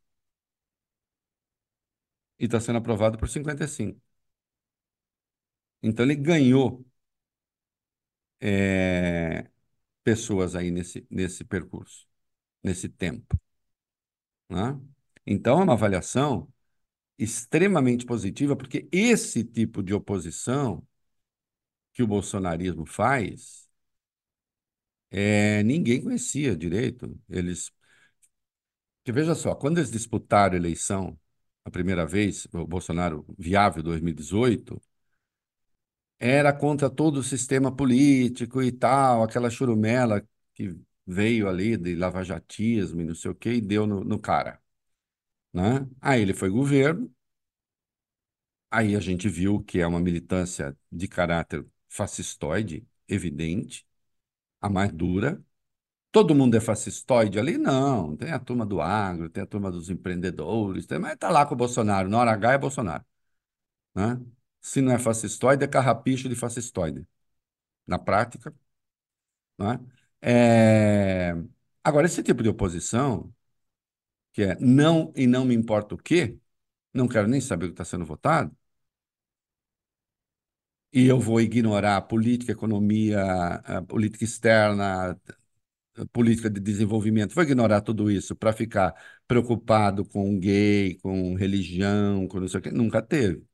B: e está sendo aprovado por cinquenta e cinco por cento. Então ele ganhou é, pessoas aí nesse, nesse percurso, nesse tempo, né? Então é uma avaliação extremamente positiva, porque esse tipo de oposição que o bolsonarismo faz, é, ninguém conhecia direito. Eles, que veja só, quando eles disputaram a eleição a primeira vez, o Bolsonaro viável dois mil e dezoito, era contra todo o sistema político e tal, aquela churumela que veio ali de lavajatismo e não sei o quê, e deu no, no cara, né? Aí ele foi governo, aí a gente viu que é uma militância de caráter fascistoide, evidente, a mais dura. Todo mundo é fascistoide ali? Não. Tem a turma do agro, tem a turma dos empreendedores, tem, mas tá lá com o Bolsonaro. Na hora H é Bolsonaro, né? Se não é fascistoide, é carrapicho de fascistoide. Na prática, né? É... Agora, esse tipo de oposição, que é não e não me importa o quê, não quero nem saber o que está sendo votado, e eu vou ignorar a política, a economia, a política externa, política de desenvolvimento, vou ignorar tudo isso para ficar preocupado com gay, com religião, com não sei o quê. Nunca teve,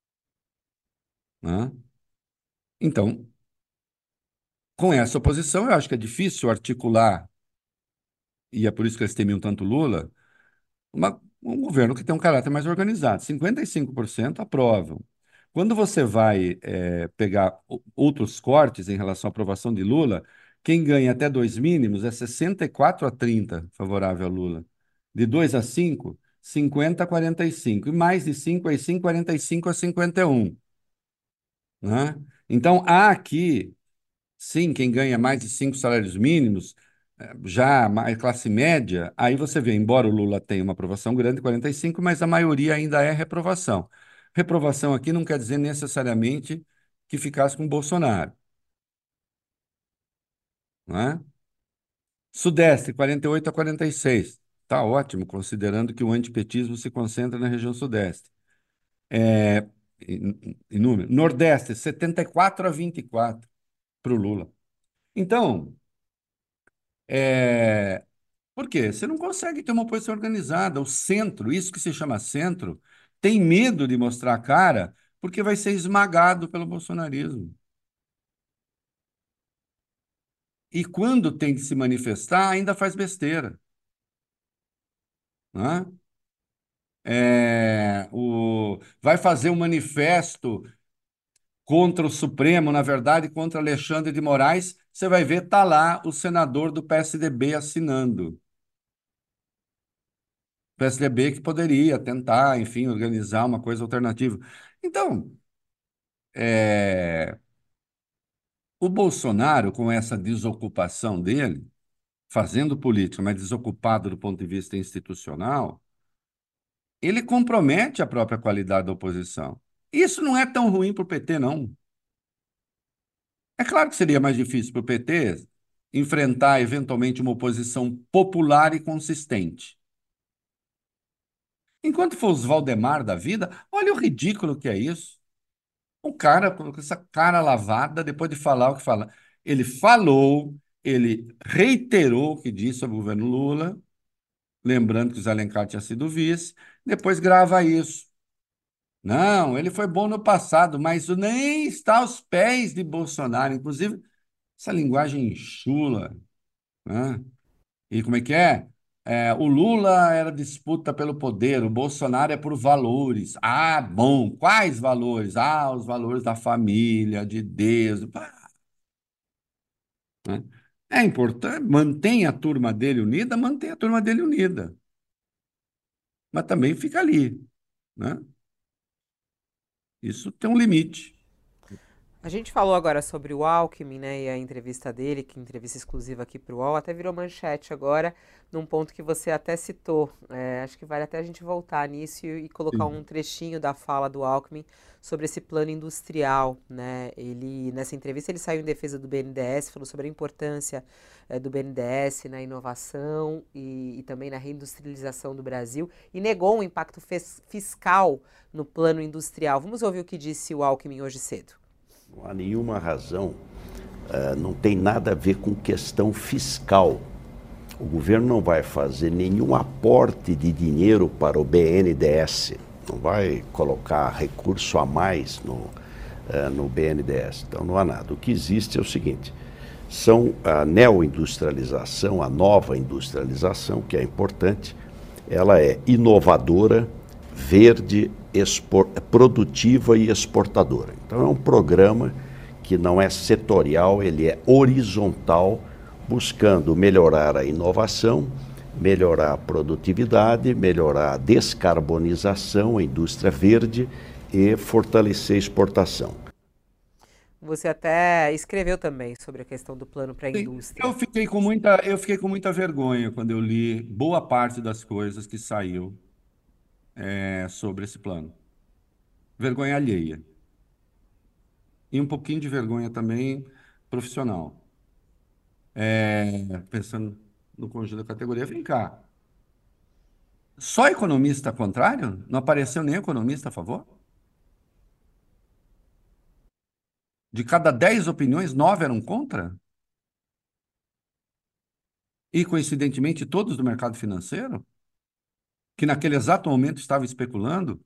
B: né? Então, com essa oposição, eu acho que é difícil articular, e é por isso que eles temiam tanto Lula, uma- um governo que tem um caráter mais organizado. cinquenta e cinco por cento aprovam. Quando você vai eh, pegar o- outros cortes em relação à aprovação de Lula, quem ganha até dois mínimos é sessenta e quatro a trinta favorável a Lula. De dois a cinco, cinquenta a quarenta e cinco. E mais de cinco a cinco, quarenta e cinco a cinquenta e um, né? Então, há aqui sim, quem ganha mais de cinco salários mínimos, eh, já mais classe média, aí você vê, embora o Lula tenha uma aprovação grande, quarenta e cinco, mas a maioria ainda é reprovação. Reprovação aqui não quer dizer necessariamente que ficasse com o Bolsonaro, não é? Sudeste, quarenta e oito a quarenta e seis. Tá ótimo, considerando que o antipetismo se concentra na região Sudeste. É, em, em número. Nordeste, setenta e quatro a vinte e quatro para o Lula. Então, é, por quê? Você não consegue ter uma oposição organizada. O centro, isso que se chama centro, tem medo de mostrar a cara porque vai ser esmagado pelo bolsonarismo. E quando tem que se manifestar, ainda faz besteira, né? É, o, vai fazer um manifesto contra o Supremo, na verdade, contra Alexandre de Moraes, você vai ver, tá lá o senador do P S D B assinando. P S D B que poderia tentar, enfim, organizar uma coisa alternativa. Então, É, o Bolsonaro, com essa desocupação dele, fazendo política, mas desocupado do ponto de vista institucional, ele compromete a própria qualidade da oposição. Isso não é tão ruim para o P T, não. É claro que seria mais difícil para o P T enfrentar, eventualmente, uma oposição popular e consistente. Enquanto for os Valdemar da vida, olha o ridículo que é isso. Um cara com essa cara lavada, depois de falar o que fala. Ele falou, ele reiterou o que disse sobre o governo Lula, lembrando que o Zé Alencar tinha sido vice, depois grava isso. Não, ele foi bom no passado, mas nem está aos pés de Bolsonaro. Inclusive, essa linguagem chula, né? E como é que é? É, o Lula era disputa pelo poder, o Bolsonaro é por valores. Ah, bom, quais valores? Ah, os valores da família, de Deus. Pá, né? É importante, mantém a turma dele unida, mantém a turma dele unida. Mas também fica ali, né? Isso tem um limite.
A: A gente falou agora sobre o Alckmin, né, e a entrevista dele, que entrevista exclusiva aqui para o U O L, até virou manchete agora, num ponto que você até citou. É, acho que vale até a gente voltar nisso e, e colocar um
B: Sim.
A: trechinho da fala do Alckmin sobre esse plano industrial, né? Ele, nessa entrevista, ele saiu em defesa do B N D E S, falou sobre a importância é, do B N D E S na inovação e, e também na reindustrialização do Brasil e negou um impacto fes- fiscal no plano industrial. Vamos ouvir o que disse o Alckmin hoje cedo.
D: Não há nenhuma razão, uh, não tem nada a ver com questão fiscal. O governo não vai fazer nenhum aporte de dinheiro para o B N D E S, não vai colocar recurso a mais no, uh, no B N D E S, então não há nada. O que existe é o seguinte, são a neoindustrialização, a nova industrialização, que é importante, ela é inovadora, verde, expor, produtiva e exportadora. Então é um programa que não é setorial, ele é horizontal, buscando melhorar a inovação, melhorar a produtividade, melhorar a descarbonização, a indústria verde e fortalecer a exportação.
A: Você até escreveu também sobre a questão do plano para a
B: Sim,
A: indústria.
B: Eu fiquei com muita, eu fiquei com muita vergonha quando eu li boa parte das coisas que saiu é, sobre esse plano. Vergonha alheia. E um pouquinho de vergonha também profissional. É, pensando no conjunto da categoria, vem cá. Só economista contrário? Não apareceu nem economista a favor? De cada dez opiniões, nove eram contra? E, coincidentemente, todos do mercado financeiro? Que naquele exato momento estavam especulando?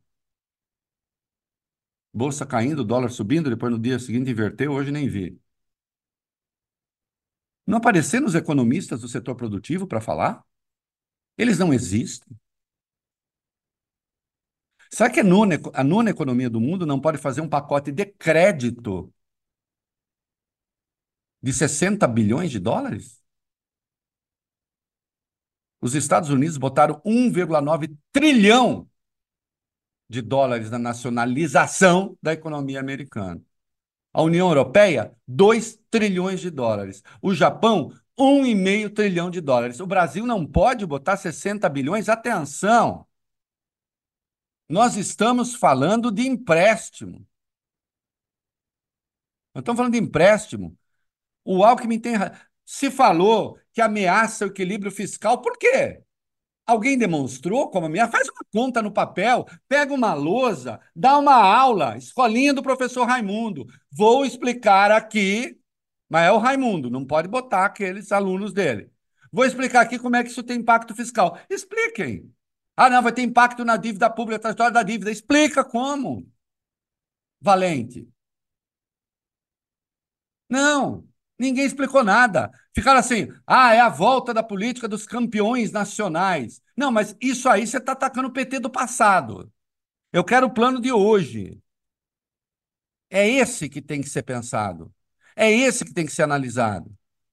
B: Bolsa caindo, dólar subindo, depois no dia seguinte inverteu, hoje nem vi. Não apareceram os economistas do setor produtivo para falar? Eles não existem. Será que a nona, a nona economia do mundo não pode fazer um pacote de crédito de sessenta bilhões de dólares? Os Estados Unidos botaram um vírgula nove trilhão de dólares na nacionalização da economia americana. A União Europeia, dois trilhões de dólares. O Japão, um vírgula cinco trilhão de dólares. O Brasil não pode botar sessenta bilhões. Atenção! Nós estamos falando de empréstimo. Nós estamos falando de empréstimo. O Alckmin tem. Se falou que ameaça o equilíbrio fiscal, por quê? Alguém demonstrou como ameaça? Faz uma conta no papel, pega uma lousa, dá uma aula, escolinha do professor Raimundo. Vou explicar aqui, mas é o Raimundo, não pode botar aqueles alunos dele. Vou explicar aqui como é que isso tem impacto fiscal. Expliquem. Ah, não, vai ter impacto na dívida pública, trajetória da dívida. Explica como. Valente. Não, ninguém explicou nada. Ficaram assim, ah, é a volta da política dos campeões nacionais. Não, mas isso aí você está atacando o P T do passado. Eu quero o plano de hoje. É esse que tem que ser pensado. É esse que tem que ser analisado.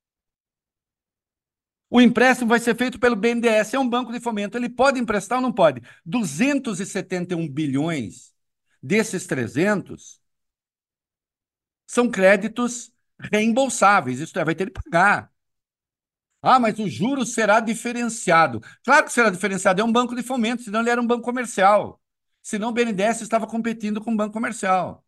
B: O empréstimo vai ser feito pelo B N D E S, é um banco de fomento. Ele pode emprestar ou não pode? duzentos e setenta e um bilhões desses trezentos são créditos reembolsáveis, isto é, vai ter que pagar. Ah, mas o juro será diferenciado. Claro que será diferenciado, é um banco de fomento, senão ele era um banco comercial. Senão o B N D E S estava competindo com um banco comercial.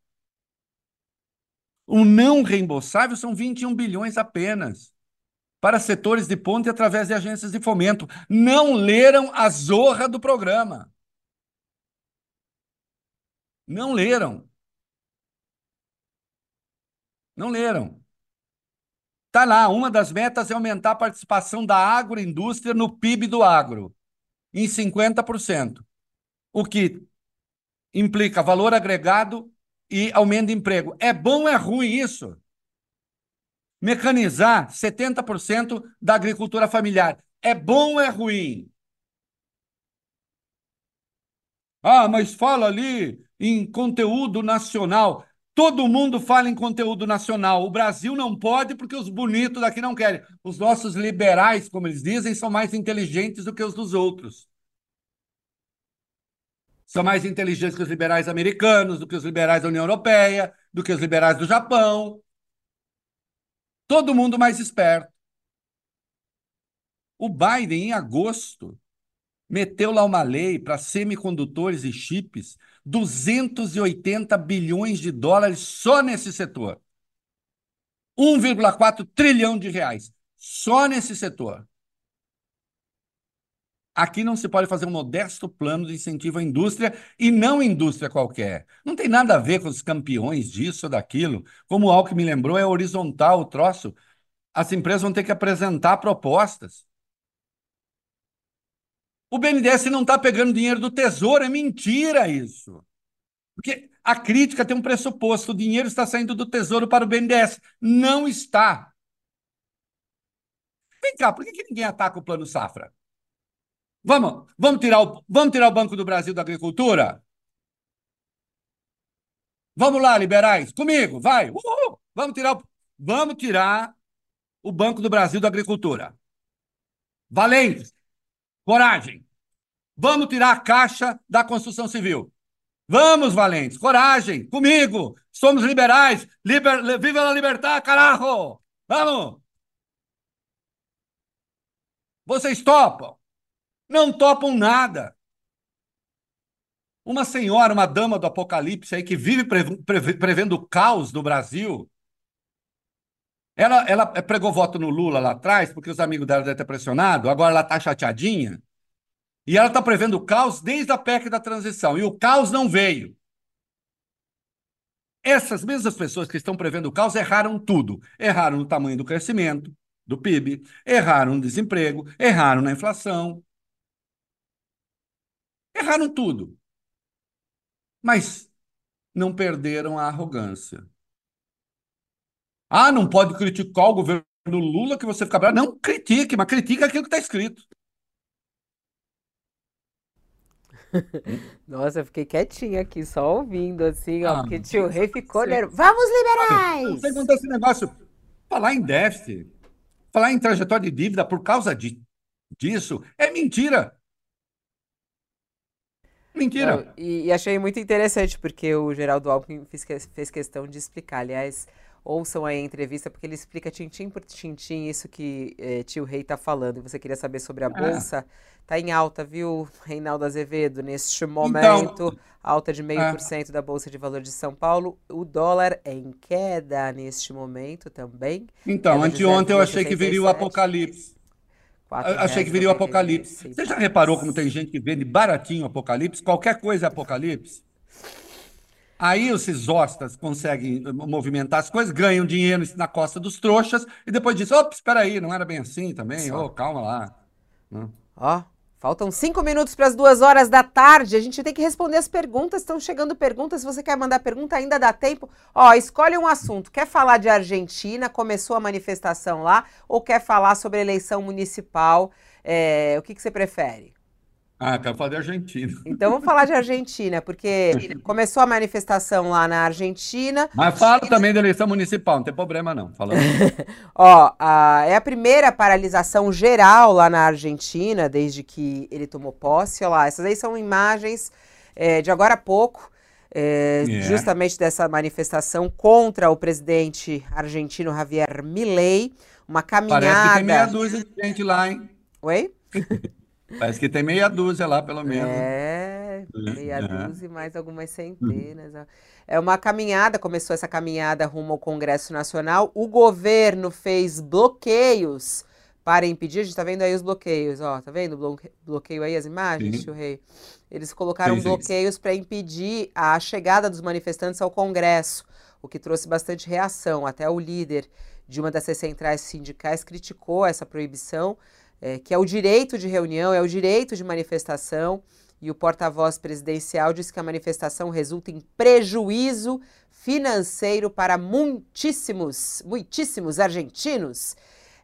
B: O não reembolsável são vinte e um bilhões apenas para setores de ponta através de agências de fomento. Não leram a zorra do programa. Não leram. Não leram. Está lá, uma das metas é aumentar a participação da agroindústria no P I B do agro, em cinquenta por cento, o que implica valor agregado e aumento de emprego. É bom ou é ruim isso? Mecanizar setenta por cento da agricultura familiar. É bom ou é ruim? Ah, mas fala ali em conteúdo nacional. Todo mundo fala em conteúdo nacional. O Brasil não pode porque os bonitos daqui não querem. Os nossos liberais, como eles dizem, são mais inteligentes do que os dos outros. São mais inteligentes que os liberais americanos, do que os liberais da União Europeia, do que os liberais do Japão. Todo mundo mais esperto. O Biden, em agosto, meteu lá uma lei para semicondutores e chips, duzentos e oitenta bilhões de dólares só nesse setor. um vírgula quatro trilhão de reais só nesse setor. Aqui não se pode fazer um modesto plano de incentivo à indústria e não indústria qualquer. Não tem nada a ver com os campeões disso ou daquilo. Como o Alckmin lembrou, é horizontal o troço. As empresas vão ter que apresentar propostas. O B N D E S não está pegando dinheiro do Tesouro, é mentira isso. Porque a crítica tem um pressuposto, o dinheiro está saindo do Tesouro para o B N D E S. Não está. Vem cá, por que, que ninguém ataca o Plano Safra? Vamos, vamos, tirar o, vamos tirar o Banco do Brasil da Agricultura? Vamos lá, liberais, comigo, vai. Uhul, vamos tirar, o, vamos tirar o Banco do Brasil da Agricultura. Valentes, coragem. Vamos tirar a Caixa da Construção Civil. Vamos, valentes, coragem, comigo. Somos liberais. Liber, viva la libertad, carajo! Vamos! Vocês topam? Não topam nada. Uma senhora, uma dama do apocalipse aí que vive pre, pre, prevendo o caos no Brasil, ela, ela pregou voto no Lula lá atrás, porque os amigos dela devem ter pressionado, agora ela está chateadinha, e ela está prevendo o caos desde a P E C da transição, e o caos não veio. Essas mesmas pessoas que estão prevendo o caos erraram tudo. Erraram no tamanho do crescimento, do P I B, erraram no desemprego, erraram na inflação. Erraram tudo. Mas não perderam a arrogância. Ah, não pode criticar o governo Lula que você fica bravo. Não critique, mas critique aquilo que está escrito.
A: Nossa, eu fiquei quietinha aqui, só ouvindo, assim, ó,
B: Ah,
A: porque tio Rei ficou
B: sei.
A: nervoso. Vamos,
B: Não
A: liberais!
B: sei quanto é esse negócio. Falar em déficit, falar em trajetória de dívida por causa de, disso, é mentira. Mentira.
A: Não, e, e achei muito interessante, porque o Geraldo Alckmin fez, que- fez questão de explicar. Aliás, ouçam aí a entrevista, porque ele explica tintim por tintim isso que eh, tio Rei tá falando. E você queria saber sobre a
B: É.
A: Bolsa? Tá em alta, viu, Reinaldo Azevedo? Neste
B: Então,
A: momento, alta de
B: é,
A: zero vírgula cinco por cento da Bolsa de Valores de São Paulo. O dólar é em queda neste momento também.
B: então,
A: Queda de
B: anteontem eu achei que
A: zero vírgula
B: viria o
A: sessenta e sete.
B: apocalipse.
A: quatro
B: A- Achei
A: reais
B: que
A: e
B: viria o
A: noventa e dois
B: apocalipse. Você já reparou como tem
A: centavos.
B: gente que vende baratinho o apocalipse? Qualquer coisa é apocalipse. Aí esses ostas conseguem eh, movimentar as coisas, ganham dinheiro na costa dos trouxas e depois dizem, ops, espera aí, não era bem assim também?
A: Só.
B: Ô, calma lá. Né?
A: Ó, faltam cinco minutos para as duas horas da tarde. A gente tem que responder as perguntas. Estão chegando perguntas. Se você quer mandar pergunta, ainda dá tempo. Ó, escolhe um assunto. Quer falar de Argentina? Começou a manifestação lá? Ou quer falar sobre a eleição municipal? É, o que, que você prefere?
B: Ah, quero falar de Argentina.
A: Então vamos falar de Argentina, porque começou a manifestação lá na Argentina.
B: Mas falo também da eleição municipal, não tem problema não. Falando.
A: Ó, a- é a primeira paralisação geral lá na Argentina, desde que ele tomou posse. Olha lá, essas aí são imagens é, de agora há pouco. é,
B: É.
A: justamente dessa manifestação contra o presidente argentino Javier Milei, uma
B: Parece que tem meia
A: caminhada.
B: dúzia de gente lá, hein?
A: Oi?
B: Parece que tem meia dúzia lá, pelo menos.
A: É, meia
B: É.
A: dúzia e mais algumas centenas. Ó. É uma caminhada, começou essa caminhada rumo ao Congresso Nacional. O governo fez bloqueios para impedir. A gente tá vendo aí os bloqueios, ó. Tá vendo o bloque- bloqueio aí, as imagens, tio
B: Sim,
A: Rei? Eles
B: sim,
A: colocaram
B: sim.
A: bloqueios para impedir a chegada dos manifestantes ao Congresso, o que trouxe bastante reação. Até o líder de uma dessas centrais sindicais criticou essa proibição, é, que é o direito de reunião, é o direito de manifestação, e o porta-voz presidencial disse que a manifestação resulta em prejuízo financeiro para muitíssimos, muitíssimos argentinos.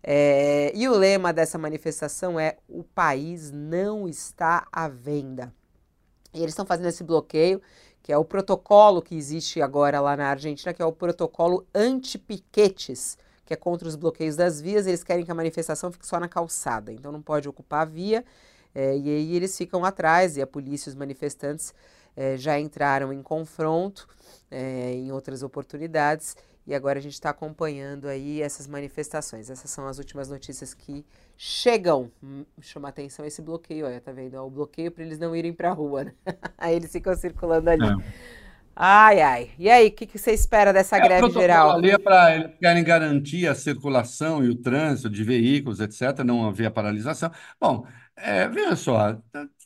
A: É, e o lema dessa manifestação é: o país não está à venda. E eles estão fazendo esse bloqueio, que é o protocolo que existe agora lá na Argentina, que é o protocolo anti-piquetes, que é contra os bloqueios das vias. Eles querem que a manifestação fique só na calçada, então não pode ocupar a via, é, e aí eles ficam atrás, e a polícia e os manifestantes é, já entraram em confronto é, em outras oportunidades, e agora a gente está acompanhando aí essas manifestações. Essas são as últimas notícias que chegam. Hum, Chama atenção esse bloqueio, olha, tá vendo? É o bloqueio para eles não irem para a rua, né? Aí eles ficam circulando ali.
B: É.
A: Ai, ai. E aí, o que, que você espera dessa
B: É, o
A: greve
B: protocolo
A: geral?
B: ali é para eles querem garantir a circulação e o trânsito de veículos, etcétera, não haver a paralisação. Bom, é, veja só,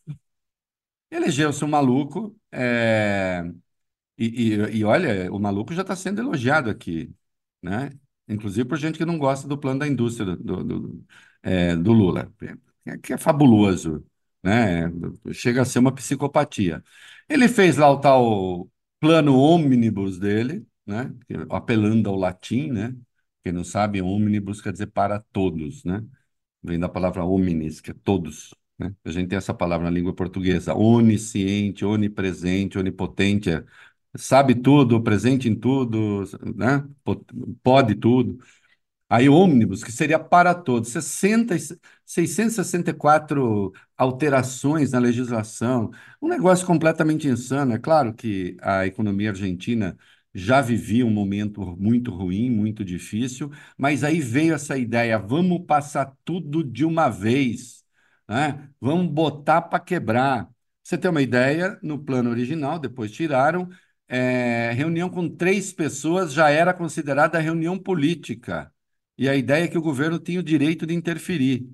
B: elegeu-se um maluco, é, e, e, e olha, o maluco já está sendo elogiado aqui, né? Inclusive por gente que não gosta do plano da indústria do, do, do, é, do Lula, que que é fabuloso, né? Chega a ser uma psicopatia. Ele fez lá o tal plano ônibus dele, né? Apelando ao latim, né? Quem não sabe, ônibus quer dizer para todos, né? Vem da palavra omnes, que é todos, né? A gente tem essa palavra na língua portuguesa, onisciente, onipresente, onipotente, é, sabe tudo, presente em tudo, né? Po- Pode tudo. Aí, ônibus, que seria para todos, sessenta, e- seiscentas e sessenta e quatro alterações na legislação, um negócio completamente insano. É claro que a economia argentina já vivia um momento muito ruim, muito difícil, mas aí veio essa ideia: vamos passar tudo de uma vez, né? Vamos botar para quebrar. Você tem uma ideia, no plano original, depois tiraram, é, reunião com três pessoas já era considerada reunião política. E a ideia é que o governo tinha o direito de interferir.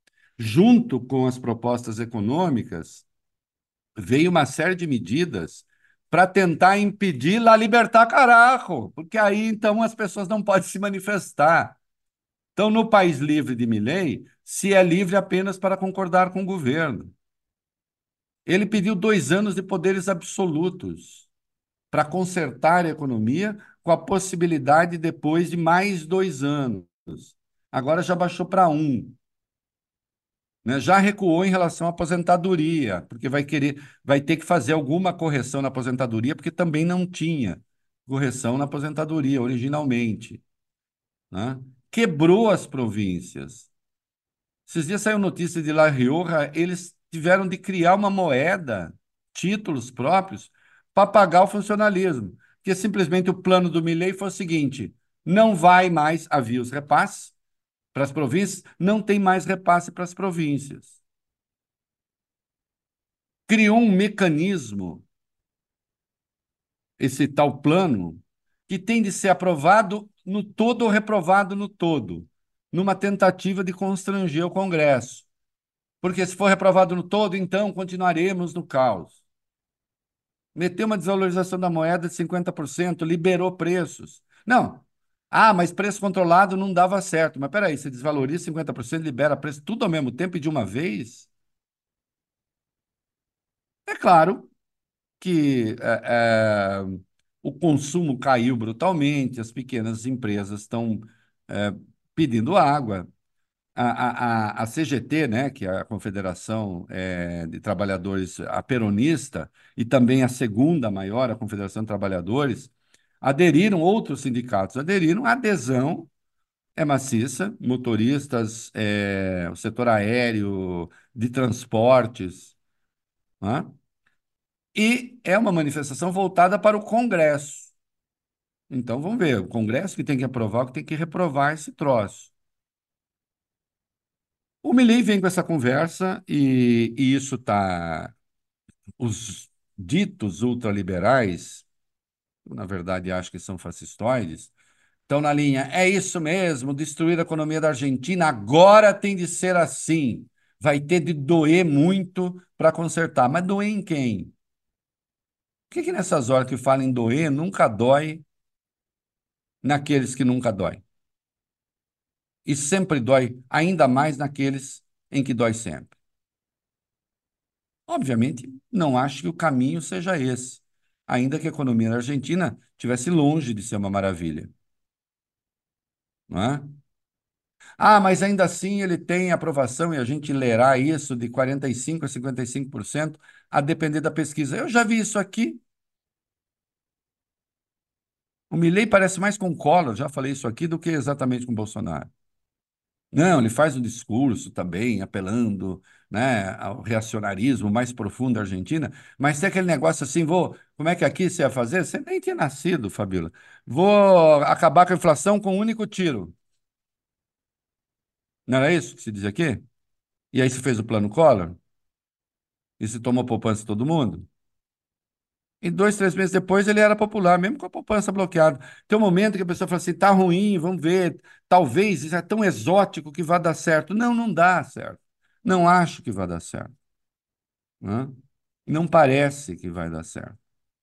B: Junto com as propostas econômicas, veio uma série de medidas para tentar impedir la libertad carajo, porque aí então as pessoas não podem se manifestar. Então, no país livre de Milei, se é livre apenas para concordar com o governo. Ele pediu dois anos de poderes absolutos para consertar a economia, com a possibilidade depois de mais dois anos. Agora já baixou para um. Né? Já recuou em relação à aposentadoria, porque vai querer, vai ter que fazer alguma correção na aposentadoria, porque também não tinha correção na aposentadoria originalmente. Né? Quebrou as províncias. Esses dias saiu notícia de La Rioja, eles tiveram de criar uma moeda, títulos próprios, para pagar o funcionalismo. Porque simplesmente o plano do Milei foi o seguinte: não vai mais, havia os repasses para as províncias, não tem mais repasse para as províncias. Criou um mecanismo, esse tal plano, que tem de ser aprovado no todo ou reprovado no todo, numa tentativa de constranger o Congresso. Porque se for reprovado no todo, então continuaremos no caos. Meteu uma desvalorização da moeda de cinquenta por cento, liberou preços. Não. Ah, mas preço controlado não dava certo. Mas peraí, você desvaloriza cinquenta por cento, libera preço tudo ao mesmo tempo e de uma vez? É claro que é, é, o consumo caiu brutalmente, as pequenas empresas estão é, pedindo água. A, a, a C G T, né, que é a Confederação é, de Trabalhadores, a peronista, e também a segunda maior, a Confederação de Trabalhadores, aderiram, outros sindicatos aderiram, a adesão é maciça, motoristas, é, o setor aéreo, de transportes, né? E é uma manifestação voltada para o Congresso. Então, vamos ver, o Congresso que tem que aprovar, o que tem que reprovar esse troço. O Milei vem com essa conversa e, e isso está... Os ditos ultraliberais, na verdade acho que são fascistoides, estão na linha, é isso mesmo, destruir a economia da Argentina, agora tem de ser assim. Vai ter de doer muito para consertar. Mas doer em quem? Por que que nessas horas que falam em doer, nunca dói naqueles que nunca dói? E sempre dói, ainda mais naqueles em que dói sempre. Obviamente, não acho que o caminho seja esse, ainda que a economia da Argentina estivesse longe de ser uma maravilha, não é? Ah, mas ainda assim ele tem aprovação e a gente lerá isso de quarenta e cinco por cento a cinquenta e cinco por cento, a depender da pesquisa. Eu já vi isso aqui. O Milei parece mais com Collor, já falei isso aqui, do que exatamente com Bolsonaro. Não, ele faz um discurso também apelando, né, ao reacionarismo mais profundo da Argentina, mas tem aquele negócio assim, vou, como é que aqui você ia fazer? Você nem tinha nascido, Fabíola. Vou acabar com a inflação com um único tiro. Não era isso que se dizia aqui? E aí se fez o plano Collor? E se tomou poupança de todo mundo? E dois, três meses depois ele era popular, mesmo com a poupança bloqueada. Tem um momento que a pessoa fala assim, tá ruim, vamos ver, talvez isso é tão exótico que vai dar certo. Não, não dá certo. Não acho que vai dar certo. Né? Não parece que vai dar certo.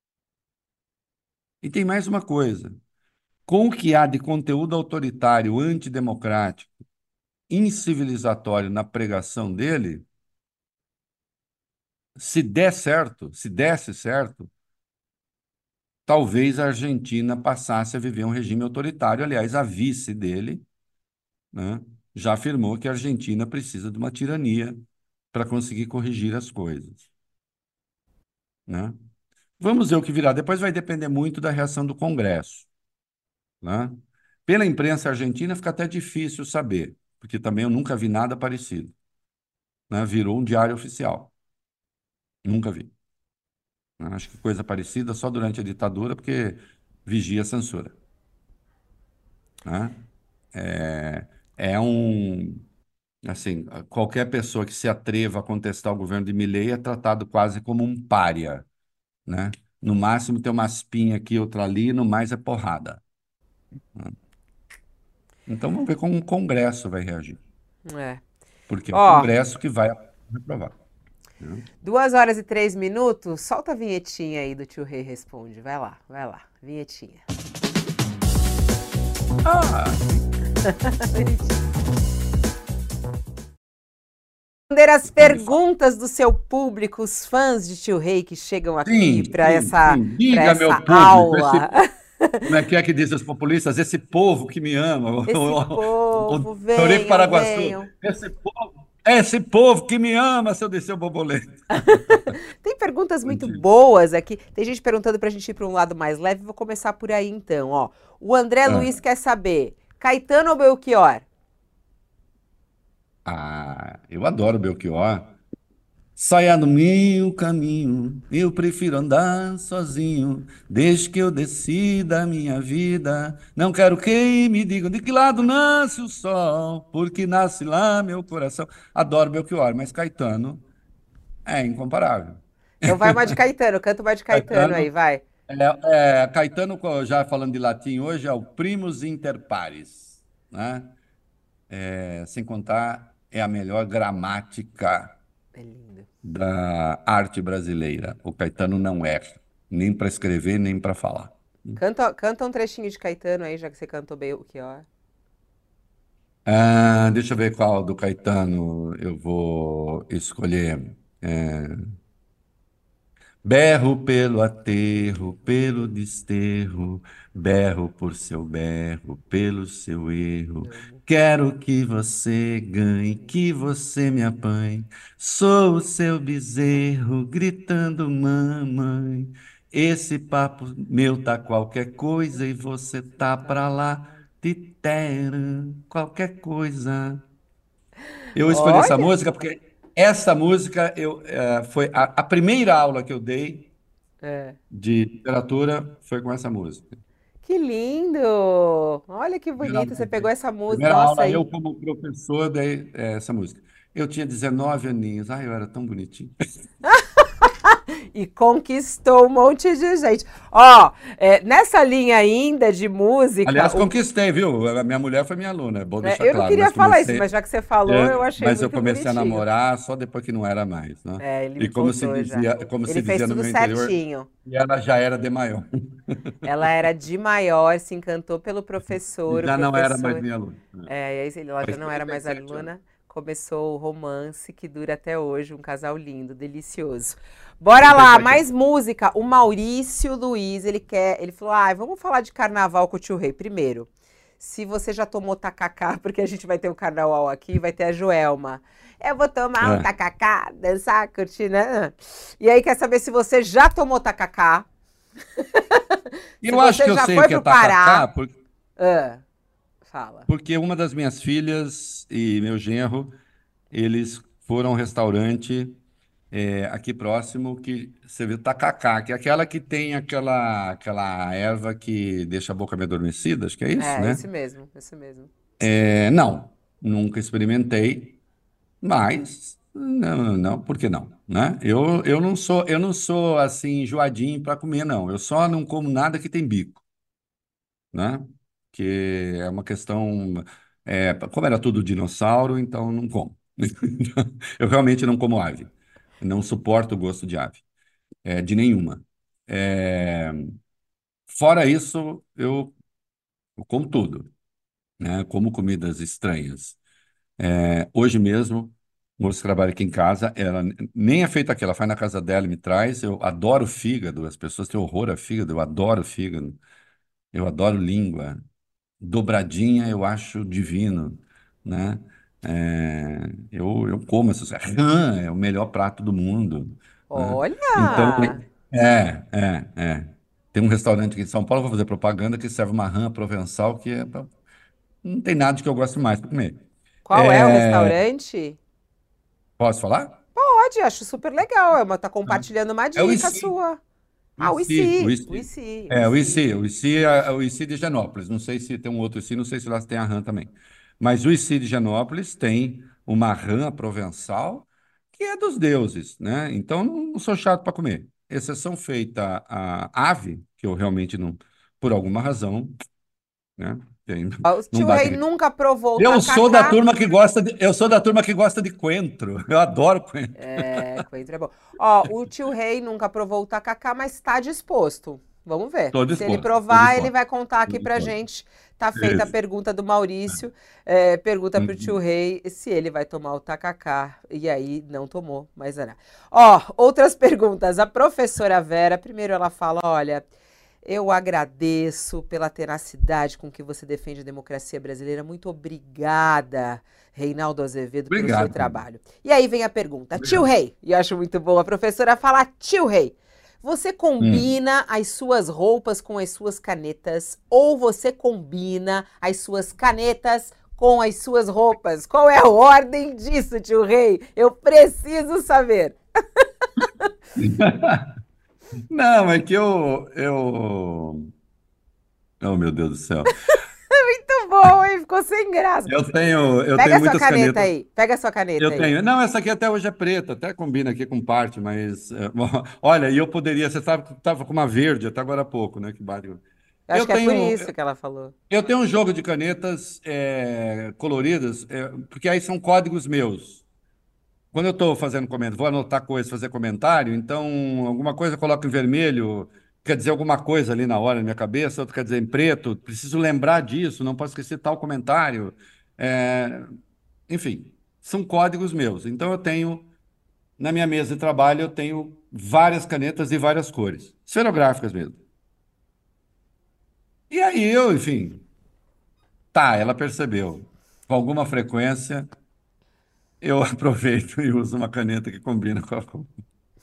B: E tem mais uma coisa. Com o que há de conteúdo autoritário, antidemocrático, incivilizatório na pregação dele, se der certo, se desse certo, talvez a Argentina passasse a viver um regime autoritário. Aliás, a vice dele, né, já afirmou que a Argentina precisa de uma tirania para conseguir corrigir as coisas. Né? Vamos ver o que virá. Depois vai depender muito da reação do Congresso. Né? Pela imprensa argentina fica até difícil saber, porque também eu nunca vi nada parecido. Né? Virou um diário oficial. Nunca vi. Né? Acho que coisa parecida só durante a ditadura, porque vigia a censura. Né? É, é um... Assim, qualquer pessoa que se atreva a contestar o governo de Milei é tratado quase como um pária. Né? No máximo tem uma espinha aqui, outra ali, no mais é porrada. Né? Então vamos ver como o Congresso vai reagir.
A: É.
B: Porque é o
A: Ó,
B: Congresso que vai reprovar. Né?
A: duas horas e três minutos. Solta a vinhetinha aí do Tio Rei Responde. Vai lá, vai lá. Vinhetinha.
B: Ah,
A: Responder as perguntas do seu público, os fãs de Tio Rei que chegam aqui
B: sim,
A: para
B: sim,
A: essa,
B: sim.
A: para
B: Diga, meu
A: essa
B: público,
A: aula.
B: esse, como é que é que dizem os populistas? Esse povo que me ama,
A: Esse
B: o, o,
A: povo,
B: o Eurico
A: venham,
B: Paraguaçu,
A: venham.
B: esse povo, esse povo que me ama, se eu descer o borboleta.
A: Tem perguntas muito
B: Contigo.
A: boas aqui. Tem gente perguntando pra gente ir para um lado mais leve. Vou começar por aí então, ó. O André
B: Ah.
A: Luiz quer saber: Caetano ou Belchior?
B: Ah, eu adoro Belchior. Saia no meu caminho, eu prefiro andar sozinho, desde que eu decida a minha vida. Não quero que me digam de que lado nasce o sol, porque nasce lá meu coração. Adoro Belchior, mas Caetano é incomparável.
A: Então vai uma de Caetano, canta uma de Caetano aí,
B: Caetano,
A: vai.
B: é, é, Caetano, já falando de latim hoje, é o primus inter pares, né? É, sem contar, é a melhor gramática
A: É lindo.
B: da arte brasileira. O Caetano não erra, nem para escrever, nem para falar.
A: Canta, canta um trechinho de Caetano aí, já que você cantou Belchior.
B: Ah, deixa eu ver qual do Caetano eu vou escolher. É, Berro pelo aterro, pelo desterro, berro por seu berro, pelo seu erro. Quero que você ganhe, que você me apanhe. Sou o seu bezerro, gritando mamãe. Esse papo meu tá qualquer coisa e você tá pra lá, titera, qualquer coisa. Eu escolhi essa
A: Olha!
B: música porque essa música eu, eh, foi a, a primeira aula que eu dei
A: É.
B: de literatura foi com essa música.
A: Que lindo! Olha que
B: Primeira,
A: bonito, você pegou essa música.
B: primeira
A: Nossa,
B: aula, eu
A: aí.
B: como professor, dei é, essa música. Eu tinha dezenove aninhos. Ai, eu era tão bonitinho.
A: E conquistou um monte de gente. Ó, é, nessa linha ainda de música.
B: Aliás,
A: o-
B: conquistei, viu? A minha mulher foi minha aluna, é bom
A: é,
B: deixar
A: eu não
B: claro.
A: queria
B: Mas
A: falar isso,
B: comecei,
A: mas já que você falou,
B: é,
A: eu achei
B: mas eu
A: muito
B: comecei a
A: bonitinho.
B: namorar só depois que não era mais, né?
A: É, ele
B: E
A: me
B: como se
A: contou já.
B: dizia, como
A: Ele
B: se
A: fez
B: dizia no
A: tudo
B: meu interior,
A: certinho.
B: e ela já era de maior.
A: Ela era de maior, se encantou pelo
B: E
A: professor, o
B: já não era mais
A: professor.
B: minha aluna.
A: É, e aí ele- ela já
B: Faz
A: não era
B: trinta e
A: mais
B: sete anos.
A: aluna, começou o romance que dura até hoje, um casal lindo, delicioso. Bora lá,
B: trinta e sete
A: mais
B: anos.
A: música. O Maurício Luiz, ele quer, ele falou: "Ah, vamos falar de carnaval com o Tio Rei primeiro. Se você já tomou tacacá, porque a gente vai ter o carnaval aqui, vai ter a Joelma. Eu vou tomar um
B: É.
A: tacacá, dançar, curtir, né? E aí quer saber se você já tomou tacacá? Se
B: Eu acho
A: você
B: que eu
A: já
B: sei
A: foi
B: o que é
A: pro Pará.
B: tacacá, por-
A: Ah, fala.
B: porque uma das minhas filhas e meu genro, eles foram a um restaurante é, aqui próximo que você vê tacacá, que é aquela que tem aquela, aquela erva que deixa a boca meio adormecida, acho que é isso,
A: É,
B: né?
A: esse mesmo, esse mesmo.
B: É, não, nunca experimentei, mas não, não, por que não, né? Eu, eu não sou, eu não sou assim enjoadinho para comer, não. Eu só não como nada que tem bico, né? Que é uma questão, é, como era tudo dinossauro, então não como. Eu realmente não como ave. Não suporto o gosto de ave, é, de nenhuma. É, fora isso, eu, eu como tudo, né? Como comidas estranhas. É, hoje mesmo, moça que trabalha aqui em casa, ela nem é feita aqui, ela faz na casa dela e me traz. Eu adoro fígado, as pessoas têm horror a fígado, eu adoro fígado, eu adoro língua. Dobradinha eu acho divino, né? É, eu, eu como essas rã é o melhor prato do mundo, né? Então,
A: Olha!
B: é, é, é. Tem um restaurante aqui em São Paulo, vou fazer propaganda, que serve uma rã provençal, que é, pra- não tem nada de que eu gosto mais para comer.
A: Qual é o
B: É,
A: restaurante?
B: posso falar?
A: Pode, acho super legal. É uma, tá compartilhando uma
B: É o
A: dica
B: IC.
A: sua.
B: O
A: Ah, o
B: IC, o
A: IC, o
B: IC.
A: IC, o
B: É, o
A: IC.
B: IC, o IC é o IC de Genópolis. Não sei se tem um outro IC, não sei se lá tem a rã também. Mas o IC de Genópolis tem uma rã provençal que é dos deuses, né? Então não sou chato para comer. Exceção feita a ave, que eu realmente não, por alguma razão, né? Tem-
A: Ó, o
B: Não
A: tio
B: bate
A: Rei
B: aqui.
A: nunca provou o
B: Eu sou da
A: tacacá.
B: turma que gosta de, eu sou da turma que gosta de coentro. Eu adoro coentro.
A: É, coentro é bom. Ó, o tio Rei nunca provou o tacacá, mas está disposto. Vamos ver.
B: Estou
A: Se ele
B: disposto, estou
A: provar, ele
B: disposto,
A: vai contar aqui
B: estou
A: pra
B: disposto.
A: gente. Tá feita a
B: Isso.
A: pergunta do Maurício. É, pergunta pro tio
B: Uhum.
A: Rei se ele vai tomar o tacacá. E aí, não tomou, mas era. Ó, outras perguntas. A professora Vera, primeiro ela fala, olha, eu agradeço pela tenacidade com que você defende a democracia brasileira. Muito obrigada, Reinaldo Azevedo, pelo seu
B: Obrigado.
A: trabalho. E aí vem a pergunta, tio
B: Obrigado.
A: Rei, e eu acho muito bom a professora falar, tio Rei, você
B: Hum.
A: combina as suas roupas com as suas canetas ou você combina as suas canetas com as suas roupas? Qual é a ordem disso, tio Rei? Eu preciso saber.
B: Não, é que eu, eu... Oh, meu Deus do céu.
A: Muito bom, hein? Ficou sem graça.
B: Eu tenho, eu
A: Pega
B: tenho
A: a sua
B: muitas
A: caneta
B: canetas.
A: aí. Pega a sua caneta
B: Eu
A: aí.
B: tenho. Não, essa aqui até hoje é preta, até combina aqui com parte, mas é, bom, olha, e eu poderia, você sabe que estava com uma verde até agora há pouco, né? Que bárbaro.
A: Eu acho
B: Eu
A: que é por
B: tenho,
A: isso que ela falou.
B: eu tenho um jogo de canetas é, coloridas, é, porque aí são códigos meus. Quando eu estou fazendo comentário, vou anotar coisas, fazer comentário, então alguma coisa eu coloco em vermelho, quer dizer alguma coisa ali na hora na minha cabeça, outra quer dizer em preto, preciso lembrar disso, não posso esquecer tal comentário. É, enfim, são códigos meus. Então eu tenho, na minha mesa de trabalho, eu tenho várias canetas de várias cores, esferográficas mesmo. E aí eu, enfim, tá, ela percebeu. Com alguma frequência, eu aproveito e uso uma caneta que combina com a cor.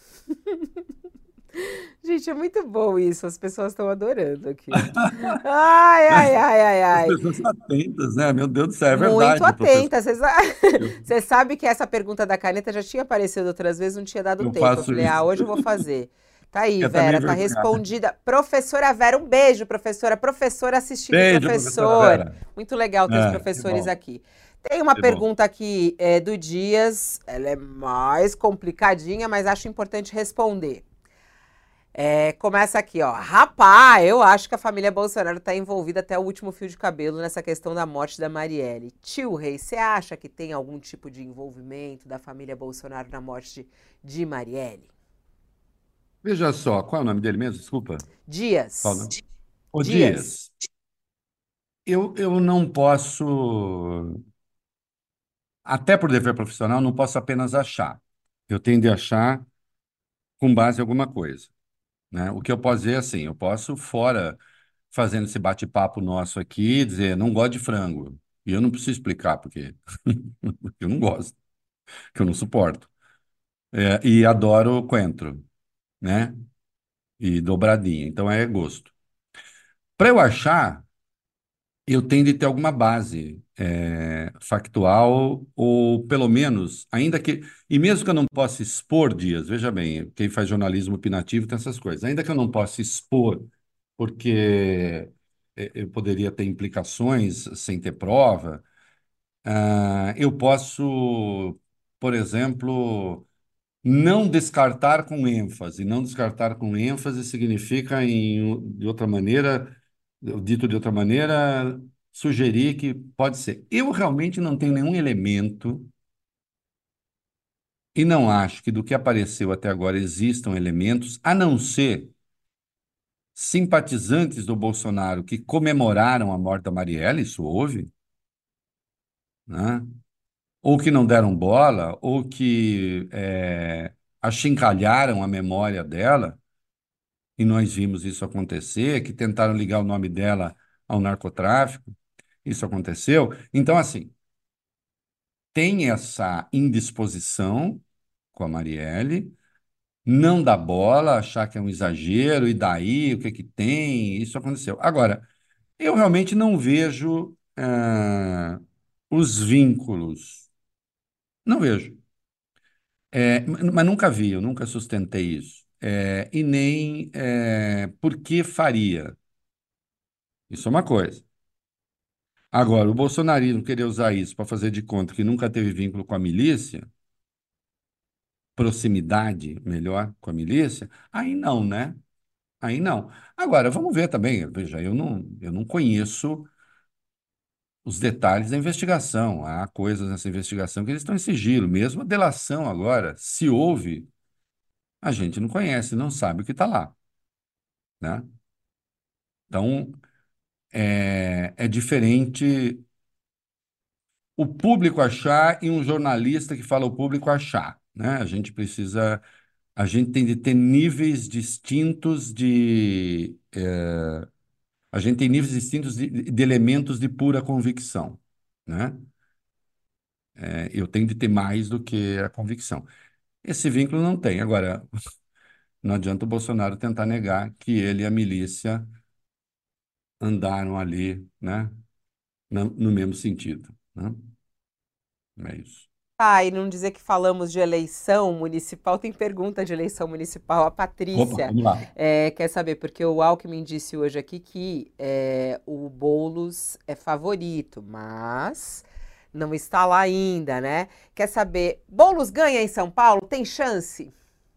A: Gente, é muito bom isso. As pessoas estão adorando aqui. Ai, ai, ai, ai,
B: As
A: ai.
B: pessoas estão atentas, né? Meu Deus do céu, é
A: Muito
B: verdade, professor.
A: atenta. Você sa-
B: Eu,
A: Você sabe que essa pergunta da caneta já tinha aparecido outras vezes, não tinha dado
B: eu
A: tempo. Eu
B: faço
A: falei, ah,
B: isso.
A: hoje eu vou fazer. Tá aí,
B: Eu também
A: Vera, tá
B: envergonhado.
A: respondida. Professora Vera, um beijo, professora. Professora assistindo o
B: Beijo, professora
A: professor.
B: Vera.
A: Muito legal ter os
B: É, que
A: professores
B: bom,
A: aqui. Tem uma
B: que bom.
A: pergunta aqui é, do Dias, ela é mais complicadinha, mas acho importante responder. É, começa aqui, ó. Rapaz, eu acho que a família Bolsonaro está envolvida até o último fio de cabelo nessa questão da morte da Marielle. Tio Rei, você acha que tem algum tipo de envolvimento da família Bolsonaro na morte de Marielle?
B: Veja só, qual é o nome dele mesmo? Desculpa.
A: Dias.
B: Fala. Ô,
A: Dias.
B: Dias, eu, eu não posso, até por dever profissional, não posso apenas achar. Eu tenho de achar com base em alguma coisa, né? O que eu posso dizer é assim, eu posso, fora fazendo esse bate-papo nosso aqui, dizer, não gosto de frango. E eu não preciso explicar porque eu não gosto, que eu não suporto. É, e adoro coentro, né? E dobradinha. Então é gosto. Para eu achar, eu tenho de ter alguma base é, factual, ou pelo menos, ainda que. E mesmo que eu não possa expor dias, veja bem, quem faz jornalismo opinativo tem essas coisas. Ainda que eu não possa expor, porque é, eu poderia ter implicações sem ter prova, ah, eu posso, por exemplo. Não descartar com ênfase. Não descartar com ênfase significa, em, de outra maneira, dito de outra maneira, sugerir que pode ser. Eu realmente não tenho nenhum elemento e não acho que do que apareceu até agora existam elementos, a não ser simpatizantes do Bolsonaro que comemoraram a morte da Marielle, isso houve, né? Ou que não deram bola, ou que eh, achincalharam a memória dela. E nós vimos isso acontecer, que tentaram ligar o nome dela ao narcotráfico, isso aconteceu. Então, assim, tem essa indisposição com a Marielle, não dá bola, achar que é um exagero, e daí, o que que tem? Isso aconteceu. Agora, eu realmente não vejo ah, os vínculos, não vejo. É, m- mas nunca vi, eu nunca sustentei isso. É, e nem é, por que faria. Isso é uma coisa. Agora, o bolsonarismo querer usar isso para fazer de conta que nunca teve vínculo com a milícia, proximidade, melhor, com a milícia, aí não, né? Aí não. Agora, vamos ver também, veja, eu não, eu não conheço os detalhes da investigação. Há coisas nessa investigação que eles estão em sigilo. Mesmo a delação agora, se houve, a gente não conhece, não sabe o que está lá, né? Então, é, é diferente o público achar e um jornalista que fala o público achar, né? A gente precisa, a gente tem de ter níveis distintos de, eh, a gente tem níveis distintos de, de elementos de pura convicção, né? Eh, eu tenho de ter mais do que a convicção. Esse vínculo não tem. Agora, não adianta o Bolsonaro tentar negar que ele e a milícia andaram ali, né? Na- No mesmo sentido, né? É isso.
A: Ah, e não dizer que falamos de eleição municipal, tem pergunta de eleição municipal. A
B: Opa,
A: Patrícia
B: vamos lá.
A: é, quer saber, porque o Alckmin disse hoje aqui que é, o Boulos é favorito, mas não está lá ainda, né? Quer saber, Boulos ganha em São Paulo? Tem chance?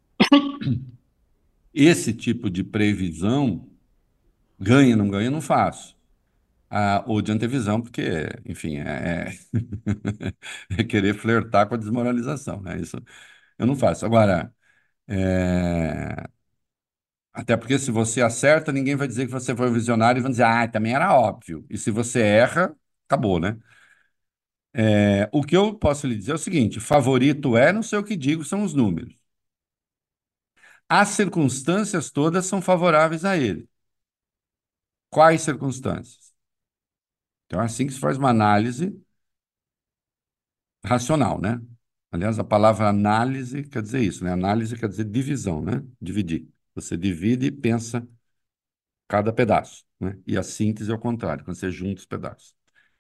B: Esse tipo de previsão, ganha, não ganha, eu não faço. Ah, ou de antevisão, porque, enfim, é, é querer flertar com a desmoralização, né? Isso eu não faço. Agora, é, até porque se você acerta, ninguém vai dizer que você foi um visionário e vão dizer, ah, também era óbvio. E se você erra, acabou, né? É, o que eu posso lhe dizer é o seguinte: favorito é, não sei o que digo, são os números. As circunstâncias todas são favoráveis a ele. Quais circunstâncias? Então, é assim que se faz uma análise racional, né? Aliás, a palavra análise quer dizer isso, né? Análise quer dizer divisão, né? Dividir. Você divide e pensa cada pedaço, né? E a síntese é o contrário, quando você junta os pedaços.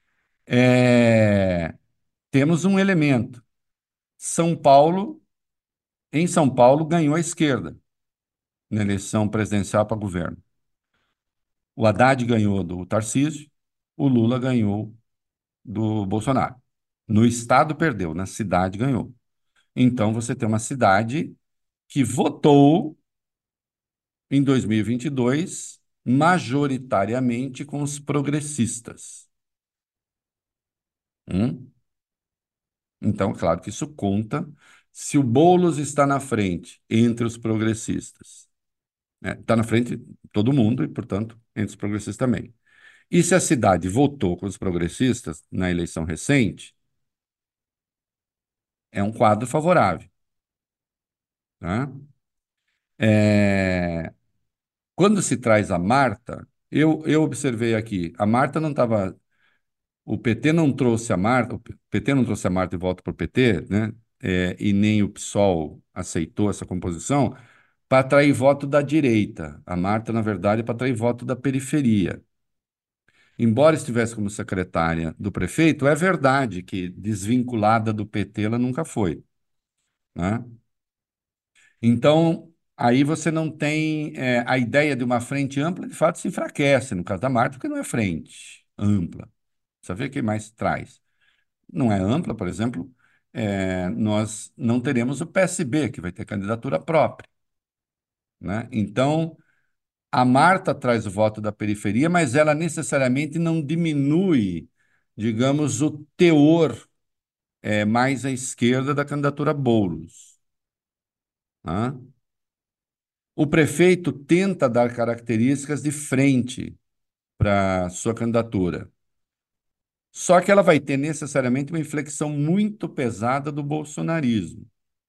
B: É, temos um elemento. São Paulo, em São Paulo, ganhou a esquerda, na eleição presidencial para governo. O Haddad ganhou do Tarcísio, o Lula ganhou do Bolsonaro. No estado perdeu, na cidade ganhou. Então você tem uma cidade que votou em dois mil e vinte e dois majoritariamente com os progressistas. Hum? Então, claro que isso conta. Se o Boulos está na frente entre os progressistas, né? Está na frente de todo mundo e, portanto, entre os progressistas também. E se a cidade votou com os progressistas na eleição recente, é um quadro favorável, né? É, Quando se traz a Marta, eu, eu observei aqui, a Marta não estava. O P T não trouxe a Marta, o P T não trouxe a Marta de volta para o P T, né? É, e nem o PSOL aceitou essa composição para atrair voto da direita. A Marta, na verdade, é para atrair voto da periferia. Embora estivesse como secretária do prefeito, é verdade que desvinculada do P T ela nunca foi, né? Então, aí você não tem é, a ideia de uma frente ampla, de fato, se enfraquece, no caso da Marta, porque não é frente ampla. Você vê o que mais traz. Não é ampla, por exemplo, é, nós não teremos o P S B, que vai ter candidatura própria, né? Então, a Marta traz o voto da periferia, mas ela necessariamente não diminui, digamos, o teor é, mais à esquerda da candidatura Boulos, né? O prefeito tenta dar características de frente para sua candidatura. Só que ela vai ter necessariamente uma inflexão muito pesada do bolsonarismo.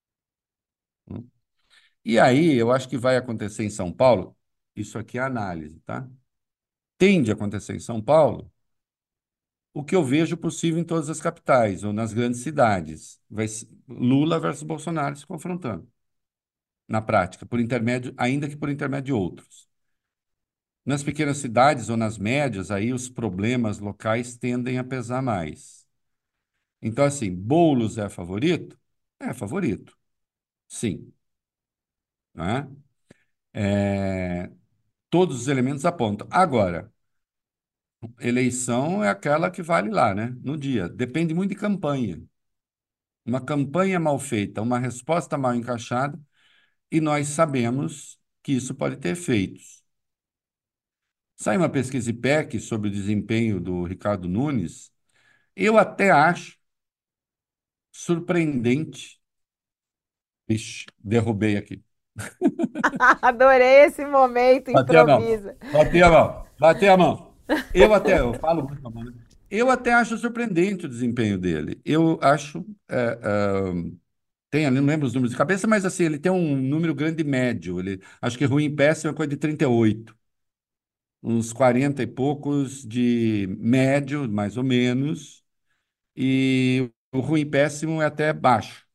B: E aí, eu acho que vai acontecer em São Paulo, isso aqui é análise, tá? Tende a acontecer em São Paulo o que eu vejo possível em todas as capitais ou nas grandes cidades. Vai ser Lula versus Bolsonaro se confrontando, na prática, por intermédio, ainda que por intermédio de outros. Nas pequenas cidades ou nas médias, aí os problemas locais tendem a pesar mais. Então, assim, Boulos é favorito? É favorito, sim, né? É, todos os elementos apontam. Agora, eleição é aquela que vale lá, né? No dia. Depende muito de campanha. Uma campanha mal feita, uma resposta mal encaixada, e nós sabemos que isso pode ter efeitos. Sai uma pesquisa IPEC sobre o desempenho do Ricardo Nunes, eu até acho surpreendente. Ixi, derrubei aqui.
A: Adorei esse momento,
B: Bati a mão.
A: improvisa.
B: Bati a mão. Bati a mão. Eu até, eu falo muito com a mão, né? Eu até acho surpreendente o desempenho dele. Eu acho, é, é, tem, eu não lembro os números de cabeça, mas assim, ele tem um número grande médio. Ele, acho que ruim e péssimo é coisa de trinta e oito. Uns quarenta e poucos de médio, mais ou menos, e o ruim e péssimo é até baixo.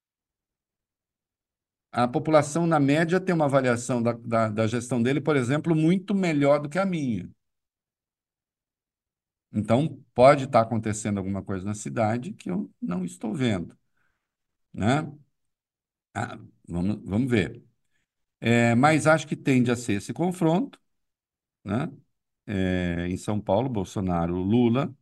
B: A população, na média, tem uma avaliação da, da, da gestão dele, por exemplo, muito melhor do que a minha. Então, pode estar acontecendo alguma coisa na cidade que eu não estou vendo, né? Ah, vamos, vamos ver. É, mas acho que tende a ser esse confronto, né? É, em São Paulo, Bolsonaro, Lula.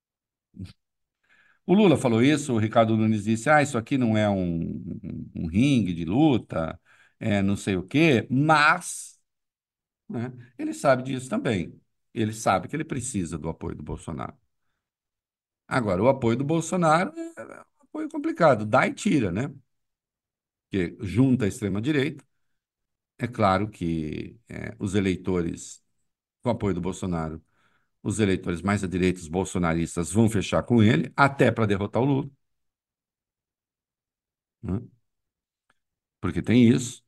B: O Lula falou isso, o Ricardo Nunes disse: ah, isso aqui não é um, um, um ringue de luta, é não sei o quê, mas, né, ele sabe disso também. Ele sabe que ele precisa do apoio do Bolsonaro. Agora, o apoio do Bolsonaro é é um apoio complicado, dá e tira, né? Porque junta a extrema-direita. É claro que é, os eleitores, com o apoio do Bolsonaro, os eleitores mais à direita, os bolsonaristas, vão fechar com ele, até para derrotar o Lula, né? Porque tem isso.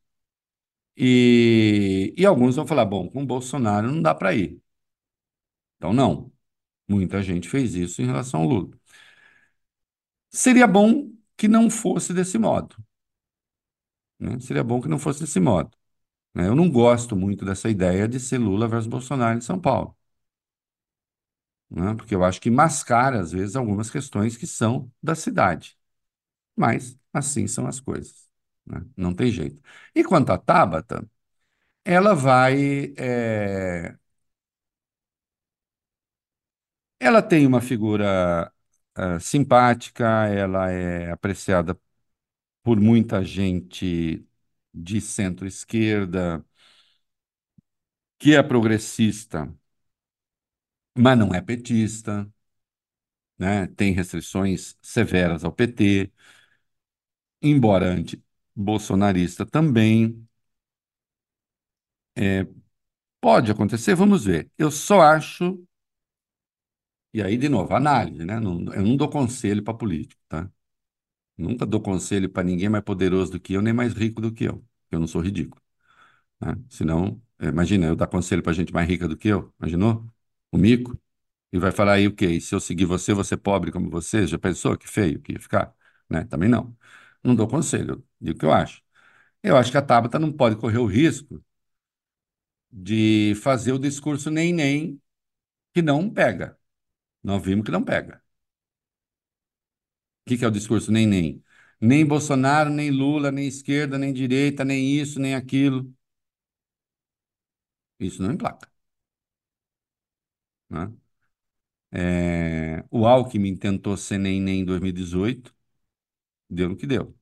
B: E, e alguns vão falar: bom, com o Bolsonaro não dá para ir. Então, não. Muita gente fez isso em relação ao Lula. Seria bom que não fosse desse modo, né? Seria bom que não fosse desse modo, né? Eu não gosto muito dessa ideia de ser Lula versus Bolsonaro em São Paulo, né? Porque eu acho que mascara, às vezes, algumas questões que são da cidade. Mas assim são as coisas, né? Não tem jeito. E quanto à Tabata, ela vai. é, Ela tem uma figura ah, simpática, ela é apreciada por muita gente de centro-esquerda, que é progressista, mas não é petista, né? Tem restrições severas ao P T, embora anti-bolsonarista também. Pode acontecer, vamos ver. Eu só acho, e aí, de novo, análise, né? Não- eu não dou conselho para político, tá? Nunca dou conselho para ninguém mais poderoso do que eu, nem mais rico do que eu. Eu não sou ridículo, né? Senão, eh, imagina, eu dar conselho para gente mais rica do que eu, imaginou? O mico. E vai falar aí o quê? E se eu seguir você, eu vou ser pobre como você? Já pensou que feio que ia ficar? Né? Também não. Não dou conselho, eu digo o que eu acho. Eu acho que a Tabata não pode correr o risco de fazer o discurso nem-nem que não pega. Nós vimos que não pega. O que que é o discurso nem-nem? Nem Bolsonaro, nem Lula, nem esquerda, nem direita, nem isso, nem aquilo. Isso não emplaca, né? É, o Alckmin tentou ser nem-nem em dois mil e dezoito, deu no que deu.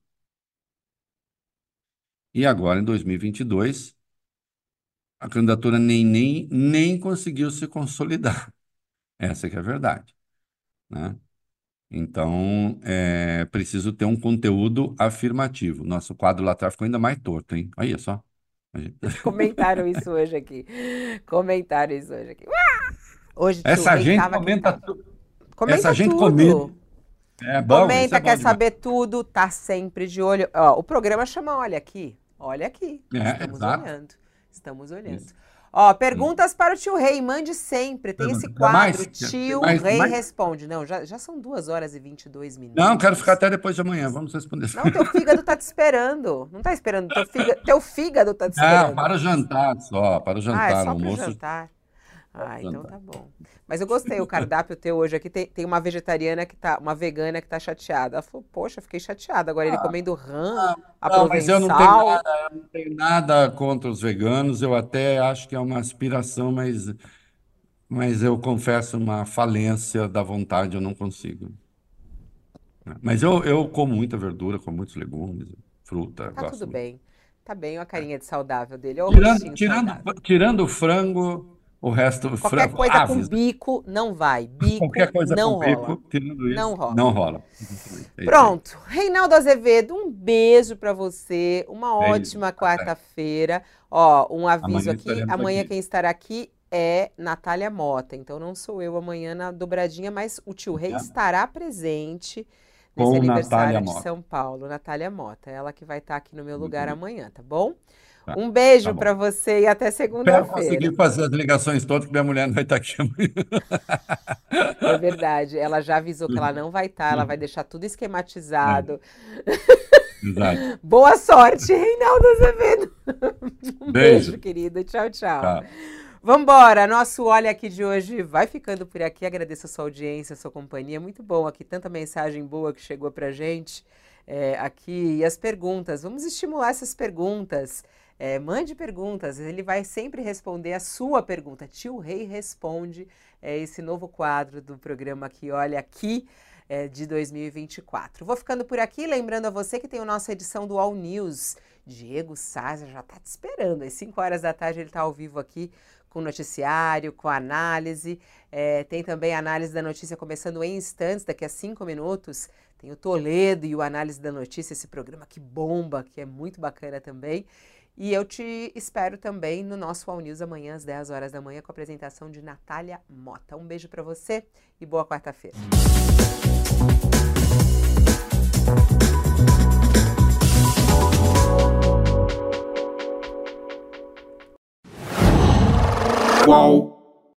B: E agora, em dois mil e vinte e dois, a candidatura nem-nem nem conseguiu se consolidar. Essa que é a verdade, né? Então, é preciso ter um conteúdo afirmativo. Nosso quadro lá atrás ficou ainda mais torto, hein? Olha só. A gente-
A: Comentaram isso hoje aqui. Comentaram isso hoje aqui. Hoje tio
B: Essa
A: Rei
B: gente
A: tava que
B: comenta,
A: tava.
B: tu-
A: Comenta
B: essa gente
A: tudo.
B: comenta. É bom, isso
A: Comenta,
B: é bom
A: quer
B: demais.
A: saber tudo, tá sempre de olho. Ó, o programa chama Olha Aqui. Olha aqui.
B: É,
A: Estamos
B: exato.
A: olhando. Estamos olhando.
B: Isso.
A: Ó,
B: Hum.
A: perguntas para o tio Rei. Mande sempre. Tem esse
B: Pergunta. Quer mais?
A: quadro.
B: Quer-
A: Tio
B: mais-
A: Rei
B: mais?
A: responde. Não, já, já são duas horas e vinte e dois minutos.
B: Não, quero ficar até depois de amanhã. Vamos responder.
A: Não, teu fígado tá te esperando. Não tá esperando. Teu fígado, teu fígado tá te
B: Não,
A: esperando.
B: para o jantar só, para o
A: Ah, é
B: jantar,
A: só
B: no
A: pro
B: almoço.
A: jantar. Ah, então
B: jantar.
A: tá bom. Mas eu gostei, o cardápio teu hoje aqui tem, tem uma vegetariana que tá, uma vegana que tá chateada. Ela falou, poxa, fiquei chateada. Agora ele comendo rã, a
B: Não, mas eu não tenho
A: provençal.
B: nada, eu não tenho nada contra os veganos. Eu até acho que é uma aspiração, mas, mas eu confesso uma falência da vontade, eu não consigo. Mas eu, eu como muita verdura, como muitos legumes, fruta,
A: Tá
B: gosto
A: tudo
B: muito.
A: bem. Tá bem, olha a carinha de saudável dele, olha o
B: Tirando,
A: rostinho
B: tirando,
A: saudável.
B: tirando o frango, o resto,
A: Qualquer
B: frango,
A: coisa com
B: aves, né?
A: bico, não vai. Bico,
B: Qualquer coisa
A: não
B: com
A: rola.
B: bico, tirando
A: Não
B: isso,
A: rola.
B: não rola. Exatamente. É isso aí.
A: Pronto. Reinaldo Azevedo, um beijo pra você. Uma
B: Beijo.
A: ótima
B: Até.
A: quarta-feira. Ó, um aviso
B: Amanhã
A: aqui.
B: estaremos
A: Amanhã
B: aqui.
A: quem estará aqui é Natália Mota. Então não sou eu amanhã na dobradinha, mas o tio Rei estará presente nesse
B: Com
A: aniversário
B: Natália
A: de
B: Mota.
A: São Paulo. Natália Mota. Ela que vai estar aqui no meu lugar
B: bem.
A: amanhã, tá bom?
B: Tá,
A: Um beijo
B: tá bom.
A: pra você e até
B: Espero
A: segunda-feira.
B: conseguir fazer as ligações todas, que minha mulher não vai estar aqui amanhã.
A: É verdade. Ela já avisou que ela não vai estar, ela vai deixar tudo esquematizado.
B: Exato.
A: Boa sorte, Reinaldo Azevedo. Um beijo,
B: Beijo.
A: querida. Tchau, tchau.
B: Tchau.
A: Vambora, nosso Olha Aqui de hoje vai ficando por aqui. Agradeço a sua audiência, a sua companhia. Muito bom aqui, tanta mensagem boa que chegou pra gente é, aqui. E as perguntas, vamos estimular essas perguntas. É, mande perguntas, ele vai sempre responder a sua pergunta. Tio Rei Responde, é esse novo quadro do programa aqui, Olha Aqui, é, de dois mil e vinte e quatro. Vou ficando por aqui, lembrando a você que tem a nossa edição do All News. Diego Sázer já está te esperando. Às cinco horas da tarde ele está ao vivo aqui com noticiário, com análise. É, tem também a análise da notícia começando em instantes, daqui a cinco minutos. Tem o Toledo e o Análise da Notícia, esse programa que bomba, que é muito bacana também. E eu te espero também no nosso All News amanhã às dez horas da manhã com a apresentação de Natália Mota. Um beijo para você e boa quarta-feira.
F: Qual?